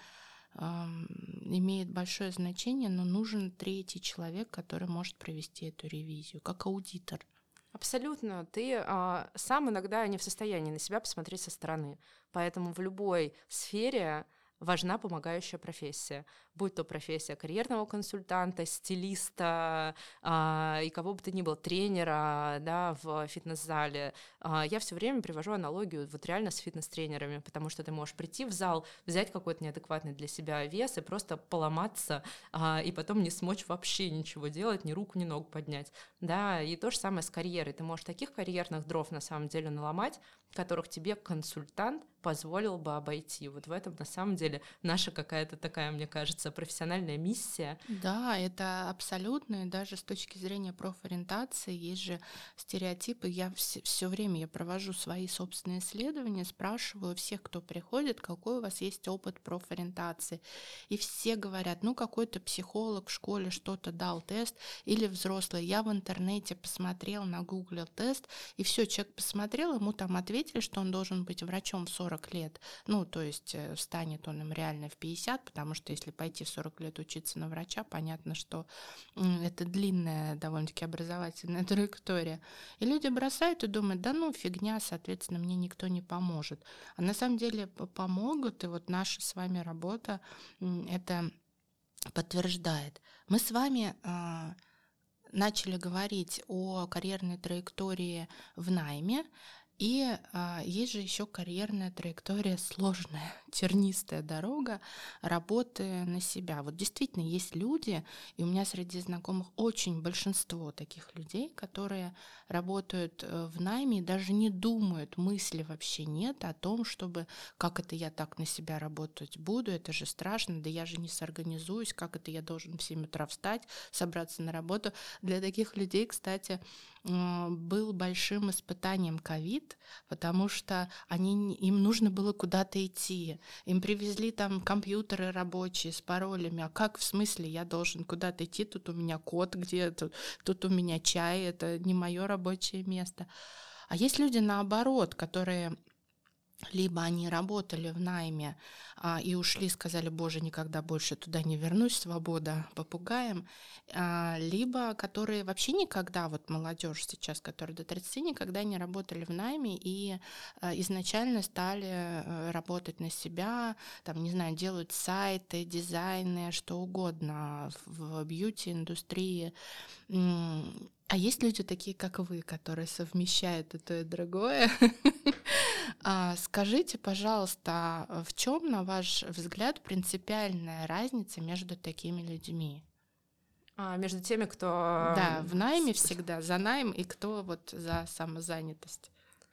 имеет большое значение, но нужен 3-й человек, который может провести эту ревизию, как аудитор. Абсолютно. Ты сам иногда не в состоянии на себя посмотреть со стороны. Поэтому в любой сфере важна помогающая профессия, будь то профессия карьерного консультанта, стилиста и кого бы то ни было, тренера, да, в фитнес-зале. Я все время привожу аналогию вот реально с фитнес-тренерами, потому что ты можешь прийти в зал, взять какой-то неадекватный для себя вес и просто поломаться, и потом не смочь вообще ничего делать, ни руку, ни ногу поднять. Да, и то же самое с карьерой. Ты можешь таких карьерных дров на самом деле наломать, которых тебе консультант позволил бы обойти. Вот в этом на самом деле наша какая-то такая, мне кажется, профессиональная миссия. Да, это абсолютно, и даже с точки зрения профориентации есть же стереотипы. Я все время я провожу свои собственные исследования, спрашиваю всех, кто приходит, какой у вас есть опыт профориентации. И все говорят, ну какой-то психолог в школе что-то дал тест, или взрослый. Я в интернете посмотрел, нагуглил тест, и все, человек посмотрел, ему там ответили, что он должен быть врачом в 40 лет. Ну, то есть станет он им реально в 50, потому что если пойти в 40 лет учиться на врача, понятно, что это длинная довольно-таки образовательная траектория. И люди бросают и думают, да ну фигня, соответственно, мне никто не поможет. А на самом деле помогут, и вот наша с вами работа это подтверждает. Мы с вами начали говорить о карьерной траектории в найме, и есть же еще карьерная траектория сложная, тернистая дорога работы на себя. Вот действительно есть люди, и у меня среди знакомых очень большинство таких людей, которые работают в найме и даже не думают, мысли вообще нет о том, чтобы как это я так на себя работать буду, это же страшно, да я же не сорганизуюсь, как это я должен в 7 утра встать, собраться на работу. Для таких людей, кстати, был большим испытанием ковид, потому что им нужно было куда-то идти. Им привезли там компьютеры рабочие с паролями. А как в смысле я должен куда-то идти? Тут у меня кот где-то, тут у меня чай, это не мое рабочее место. А есть люди наоборот, которые либо они работали в найме и ушли, сказали, боже, никогда больше туда не вернусь, свобода попугаем, либо которые вообще никогда, вот молодежь сейчас, которая до 30, никогда не работали в найме и изначально стали работать на себя, там, не знаю, делают сайты, дизайны, что угодно в бьюти-индустрии. А есть люди такие, как вы, которые совмещают и то, и другое. Скажите, пожалуйста, в чем, на ваш взгляд, принципиальная разница между такими людьми? Между теми, кто... Да, в найме всегда, за найм, и кто вот за самозанятость?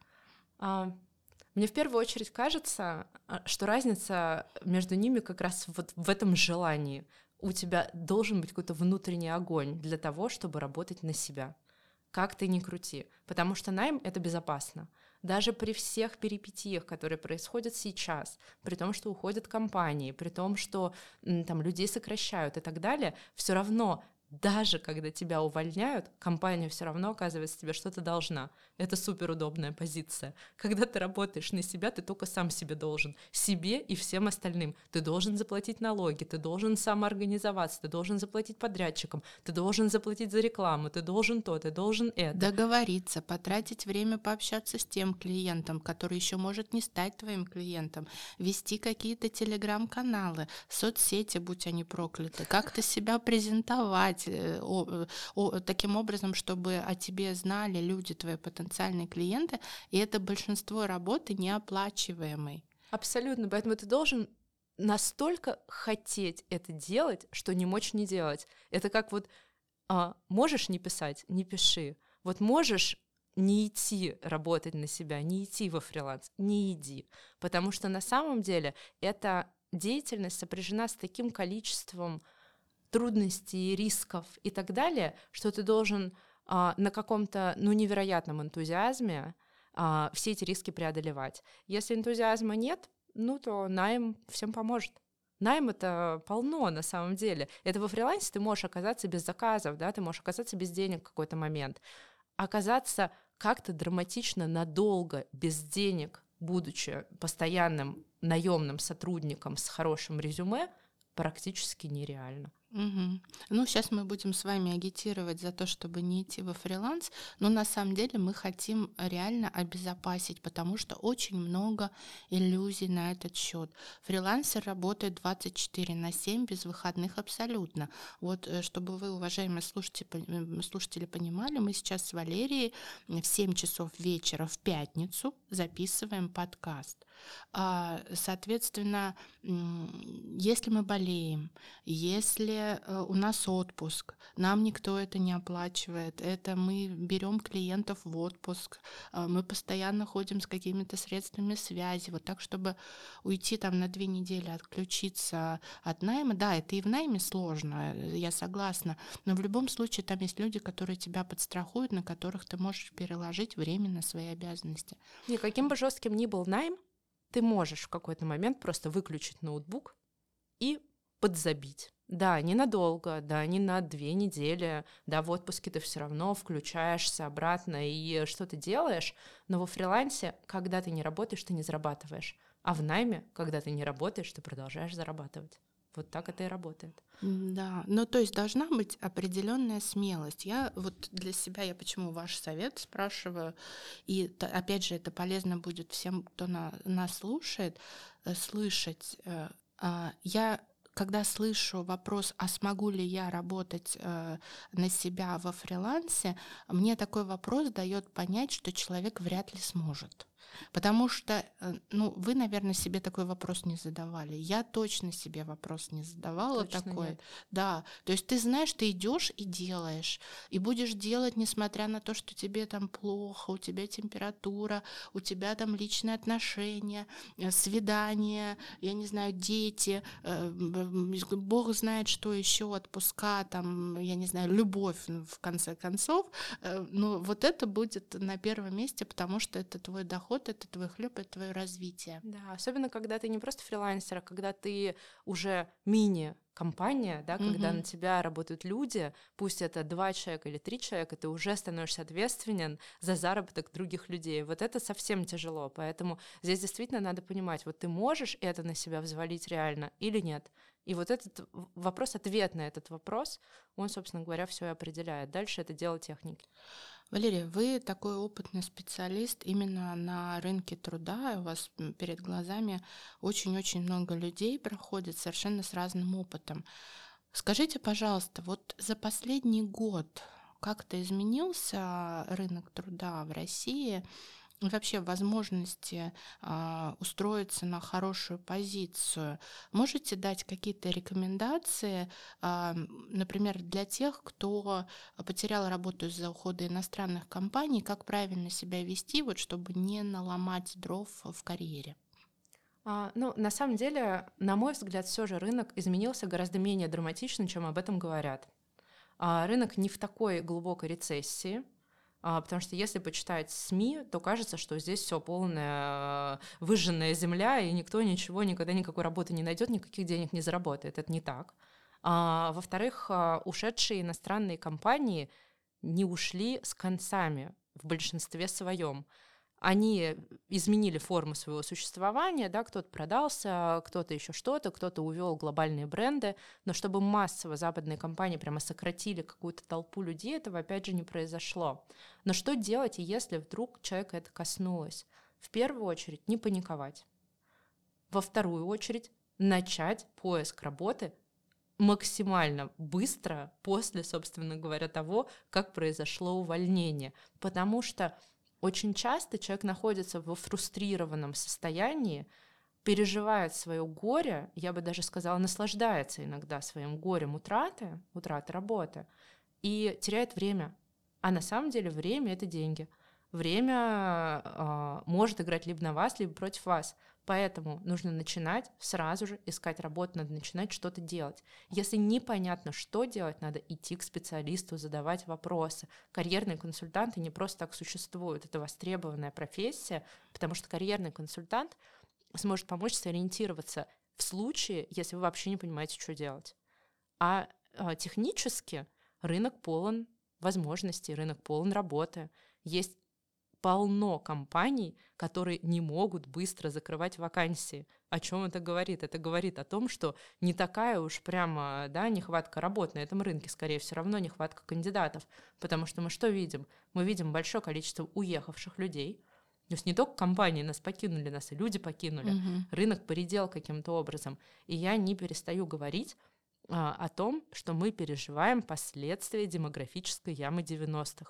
Мне в первую очередь кажется, что разница между ними как раз вот в этом желании. У тебя должен быть какой-то внутренний огонь для того, чтобы работать на себя. Как ты ни крути. Потому что найм — это безопасно. Даже при всех перипетиях, которые происходят сейчас, при том, что уходят компании, при том, что там людей сокращают и так далее, все равно даже когда тебя увольняют, компания все равно, оказывается, тебе что-то должна. Это суперудобная позиция. Когда ты работаешь на себя, ты только сам себе должен. Себе и всем остальным. Ты должен заплатить налоги, ты должен самоорганизоваться, ты должен заплатить подрядчикам, ты должен заплатить за рекламу, ты должен то, ты должен это. Договориться, потратить время пообщаться с тем клиентом, который еще может не стать твоим клиентом, вести какие-то телеграм-каналы, соцсети, будь они прокляты, как-то себя презентовать таким образом, чтобы о тебе знали люди, твои потенциальные клиенты, и это большинство работы неоплачиваемой. Абсолютно, поэтому ты должен настолько хотеть это делать, что не мочь не делать. Это как вот можешь не писать, не пиши. Вот можешь не идти работать на себя, не идти во фриланс, не иди. Потому что на самом деле эта деятельность сопряжена с таким количеством трудностей, рисков и так далее, что ты должен на каком-то невероятном энтузиазме все эти риски преодолевать. Если энтузиазма нет, то найм всем поможет. Найм — это полно на самом деле. Это во фрилансе ты можешь оказаться без заказов, да, ты можешь оказаться без денег в какой-то момент. Оказаться как-то драматично надолго без денег, будучи постоянным наемным сотрудником с хорошим резюме, практически нереально. Угу. Сейчас мы будем с вами агитировать за то, чтобы не идти во фриланс, но на самом деле мы хотим реально обезопасить, потому что очень много иллюзий на этот счет. Фрилансер работает 24/7 без выходных абсолютно. Вот, чтобы вы, уважаемые слушатели, понимали, мы сейчас с Валерией в 7 часов вечера в пятницу записываем подкаст. Соответственно, если мы болеем, если у нас отпуск, нам никто это не оплачивает, это мы берем клиентов в отпуск, мы постоянно ходим с какими-то средствами связи, вот так, чтобы уйти там на 2 недели, отключиться от найма. Да, это и в найме сложно, я согласна, но в любом случае там есть люди, которые тебя подстрахуют, на которых ты можешь переложить временно свои обязанности. И каким бы жестким ни был найм, ты можешь в какой-то момент просто выключить ноутбук и подзабить. Да, ненадолго, да, не на 2 недели, да, в отпуске ты все равно включаешься обратно и что-то делаешь, но во фрилансе, когда ты не работаешь, ты не зарабатываешь, а в найме, когда ты не работаешь, ты продолжаешь зарабатывать. Вот так это и работает. Да, то есть должна быть определенная смелость. Я вот для себя, я почему ваш совет спрашиваю, и опять же это полезно будет всем, кто нас слушает, слышать. Я когда слышу вопрос, а смогу ли я работать на себя во фрилансе, мне такой вопрос дает понять, что человек вряд ли сможет. Потому что, вы, наверное, себе такой вопрос не задавали. Я точно себе вопрос не задавала точно такой. Нет. Да, то есть ты знаешь, ты идешь и делаешь, и будешь делать, несмотря на то, что тебе там плохо, у тебя температура, у тебя там личные отношения, свидания, я не знаю, дети, Бог знает, что еще, отпуска, там, я не знаю, любовь, в конце концов. Но вот это будет на первом месте, потому что это твой доход, это твой хлеб, это твое развитие. Да, особенно когда ты не просто фрилансер, а когда ты уже мини-компания, да, когда на тебя работают люди, пусть это 2 человека или 3 человека, ты уже становишься ответственен за заработок других людей. Вот это совсем тяжело, поэтому здесь действительно надо понимать, вот ты можешь это на себя взвалить реально или нет. И вот этот вопрос, ответ на этот вопрос, он, собственно говоря, все и определяет. Дальше это дело техники. Валерия, вы такой опытный специалист именно на рынке труда, у вас перед глазами очень-очень много людей проходит совершенно с разным опытом. Скажите, пожалуйста, вот за последний год как-то изменился рынок труда в России? Вообще возможности устроиться на хорошую позицию. Можете дать какие-то рекомендации, например, для тех, кто потерял работу из-за ухода иностранных компаний, как правильно себя вести, вот, чтобы не наломать дров в карьере? На самом деле, на мой взгляд, все же рынок изменился гораздо менее драматично, чем об этом говорят. Рынок не в такой глубокой рецессии, потому что если почитать СМИ, то кажется, что здесь все полная выжженная земля, и никто ничего, никогда никакой работы не найдет, никаких денег не заработает. Это не так. Во-вторых, ушедшие иностранные компании не ушли с концами в большинстве своем. Они изменили форму своего существования, да, кто-то продался, кто-то еще что-то, кто-то увел глобальные бренды, но чтобы массово западные компании прямо сократили какую-то толпу людей, этого опять же не произошло. Но что делать, если вдруг человека это коснулось? В первую очередь не паниковать. Во вторую очередь начать поиск работы максимально быстро после, собственно говоря, того, как произошло увольнение. Потому что очень часто человек находится во фрустрированном состоянии, переживает свое горе, я бы даже сказала, наслаждается иногда своим горем утраты работы и теряет время. А на самом деле время — это деньги. Время может играть либо на вас, либо против вас. Поэтому нужно начинать сразу же искать работу, надо начинать что-то делать. Если непонятно, что делать, надо идти к специалисту, задавать вопросы. Карьерные консультанты не просто так существуют, это востребованная профессия, потому что карьерный консультант сможет помочь сориентироваться в случае, если вы вообще не понимаете, что делать. А технически рынок полон возможностей, рынок полон работы. Есть полно компаний, которые не могут быстро закрывать вакансии. О чем это говорит? Это говорит о том, что не такая уж прямо, да, нехватка работ на этом рынке, скорее все равно нехватка кандидатов. Потому что мы что видим? Мы видим большое количество уехавших людей. То есть не только компании нас покинули, нас и люди покинули. Рынок поредел каким-то образом. И я не перестаю говорить о том, что мы переживаем последствия демографической ямы 90-х.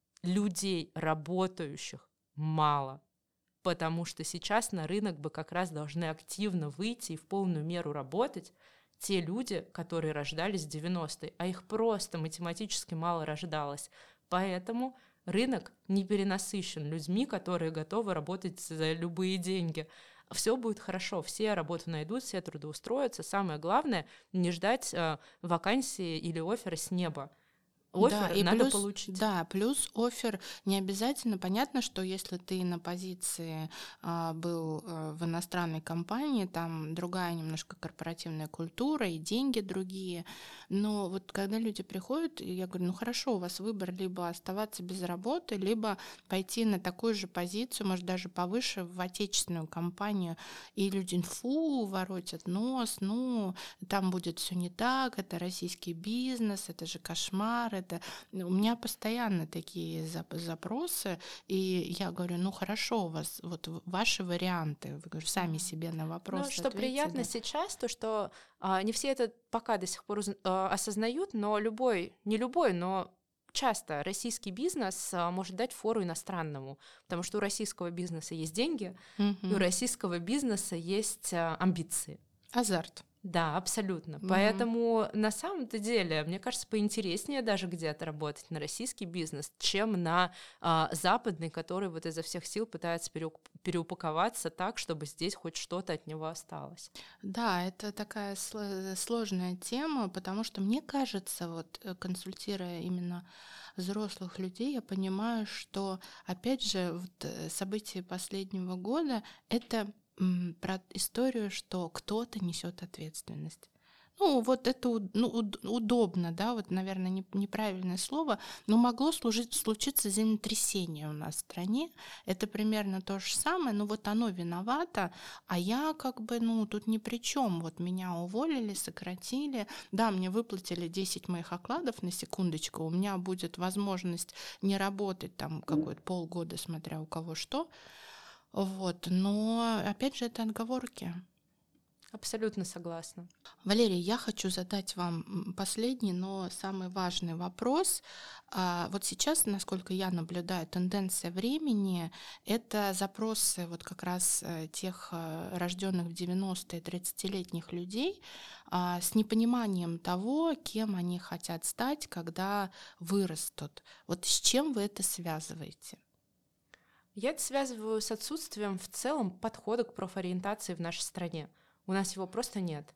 Людей, работающих, мало, потому что сейчас на рынок бы как раз должны активно выйти и в полную меру работать те люди, которые рождались в 90-е, а их просто математически мало рождалось. Поэтому рынок не перенасыщен людьми, которые готовы работать за любые деньги. Все будет хорошо, все работу найдут, все трудоустроятся. Самое главное — не ждать вакансии или оффера с неба. Оффер и надо плюс, получить. Да, плюс оффер не обязательно. Понятно, что если ты на позиции был в иностранной компании, там другая немножко корпоративная культура и деньги другие. Но вот когда люди приходят, я говорю, ну хорошо, у вас выбор либо оставаться без работы, либо пойти на такую же позицию, может даже повыше, в отечественную компанию. И люди, воротят нос, там будет все не так, это российский бизнес, это же кошмар. У меня постоянно такие запросы, и я говорю, ну хорошо, у вас вот ваши варианты, вы говорю, сами себе на вопросы Ну, что ответьте, приятно сейчас, то что не все это пока до сих пор осознают, но но часто российский бизнес может дать фору иностранному, потому что у российского бизнеса есть деньги, и у российского бизнеса есть амбиции. Азарт. Да, абсолютно. Поэтому на самом-то деле, мне кажется, поинтереснее даже где-то работать на российский бизнес, чем на западный, который вот изо всех сил пытается переупаковаться так, чтобы здесь хоть что-то от него осталось. Да, это такая сложная тема, потому что мне кажется, вот консультируя именно взрослых людей, я понимаю, что, опять же, вот события последнего года — это про историю, что кто-то несет ответственность. Ну, вот это удобно, да, вот, наверное, неправильное слово, но могло случиться землетрясение у нас в стране. Это примерно то же самое, но вот оно виновато, а я как бы, тут ни при чем. Вот меня уволили, сократили. Да, мне выплатили 10 моих окладов, на секундочку. У меня будет возможность не работать там какое-то полгода, смотря у кого что. Вот, но опять же это отговорки. Абсолютно согласна. Валерия, я хочу задать вам последний, но самый важный вопрос. Вот сейчас, насколько я наблюдаю, тенденция времени — это запросы вот как раз тех рожденных в 90-е 30-летних людей с непониманием того, кем они хотят стать, когда вырастут. Вот с чем вы это связываете? Я это связываю с отсутствием в целом подхода к профориентации в нашей стране. У нас его просто нет.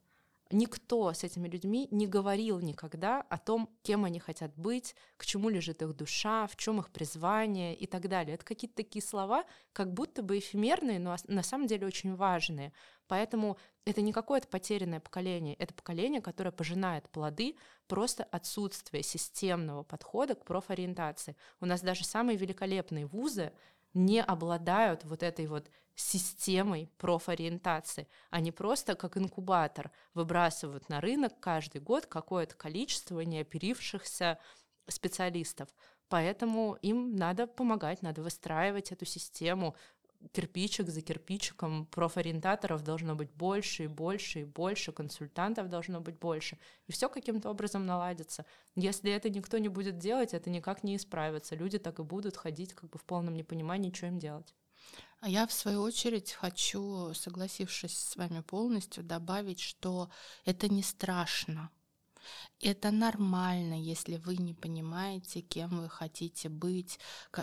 никто с этими людьми не говорил никогда о том, кем они хотят быть, к чему лежит их душа, в чем их призвание и так далее. Это какие-то такие слова, как будто бы эфемерные, но на самом деле очень важные. Поэтому это не какое-то потерянное поколение, это поколение, которое пожинает плоды просто отсутствия системного подхода к профориентации. У нас даже самые великолепные вузы не обладают вот этой вот системой профориентации. Они просто как инкубатор выбрасывают на рынок каждый год какое-то количество неоперившихся специалистов. Поэтому им надо помогать, надо выстраивать эту систему. Кирпичик за кирпичиком профориентаторов должно быть больше и больше и больше, консультантов должно быть больше, и все каким-то образом наладится. Если это никто не будет делать, это никак не исправится. Люди так и будут ходить как бы в полном непонимании, что им делать. А я, в свою очередь, хочу, согласившись с вами полностью, добавить, что это не страшно. Это нормально, если вы не понимаете, кем вы хотите быть,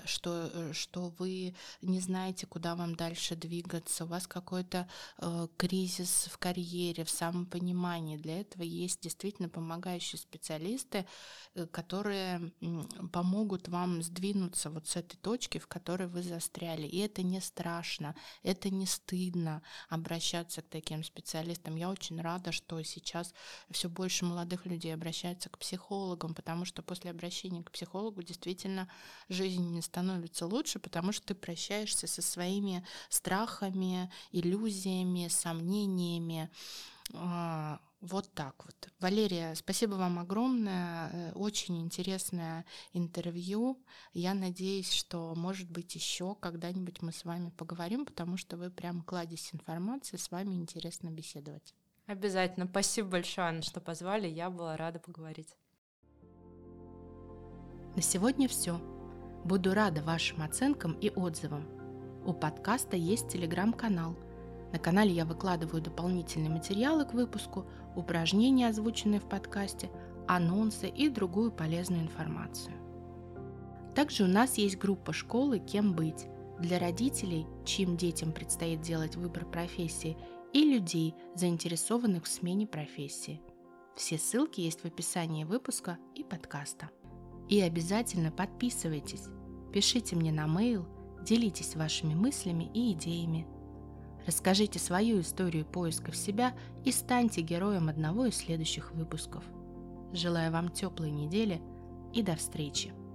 что вы не знаете, куда вам дальше двигаться, у вас какой-то кризис в карьере, в самопонимании. Для этого есть действительно помогающие специалисты, которые помогут вам сдвинуться вот с этой точки, в которой вы застряли. И это не страшно, это не стыдно обращаться к таким специалистам. Я очень рада, что сейчас все больше молодых людей обращаются к психологам, потому что после обращения к психологу действительно жизнь не становится лучше, потому что ты прощаешься со своими страхами, иллюзиями, сомнениями. Вот так вот. Валерия, спасибо вам огромное. Очень интересное интервью. Я надеюсь, что, может быть, еще когда-нибудь мы с вами поговорим, потому что вы прям кладезь информации, с вами интересно беседовать. Обязательно. Спасибо большое, Анна, что позвали. Я была рада поговорить. На сегодня все. Буду рада вашим оценкам и отзывам. У подкаста есть телеграм-канал. На канале я выкладываю дополнительные материалы к выпуску, упражнения, озвученные в подкасте, анонсы и другую полезную информацию. Также у нас есть группа школы «Кем быть» для родителей, чьим детям предстоит делать выбор профессии, и людей, заинтересованных в смене профессии. Все ссылки есть в описании выпуска и подкаста. И обязательно подписывайтесь, пишите мне на mail, делитесь вашими мыслями и идеями. Расскажите свою историю поиска в себя и станьте героем одного из следующих выпусков. Желаю вам теплой недели и до встречи!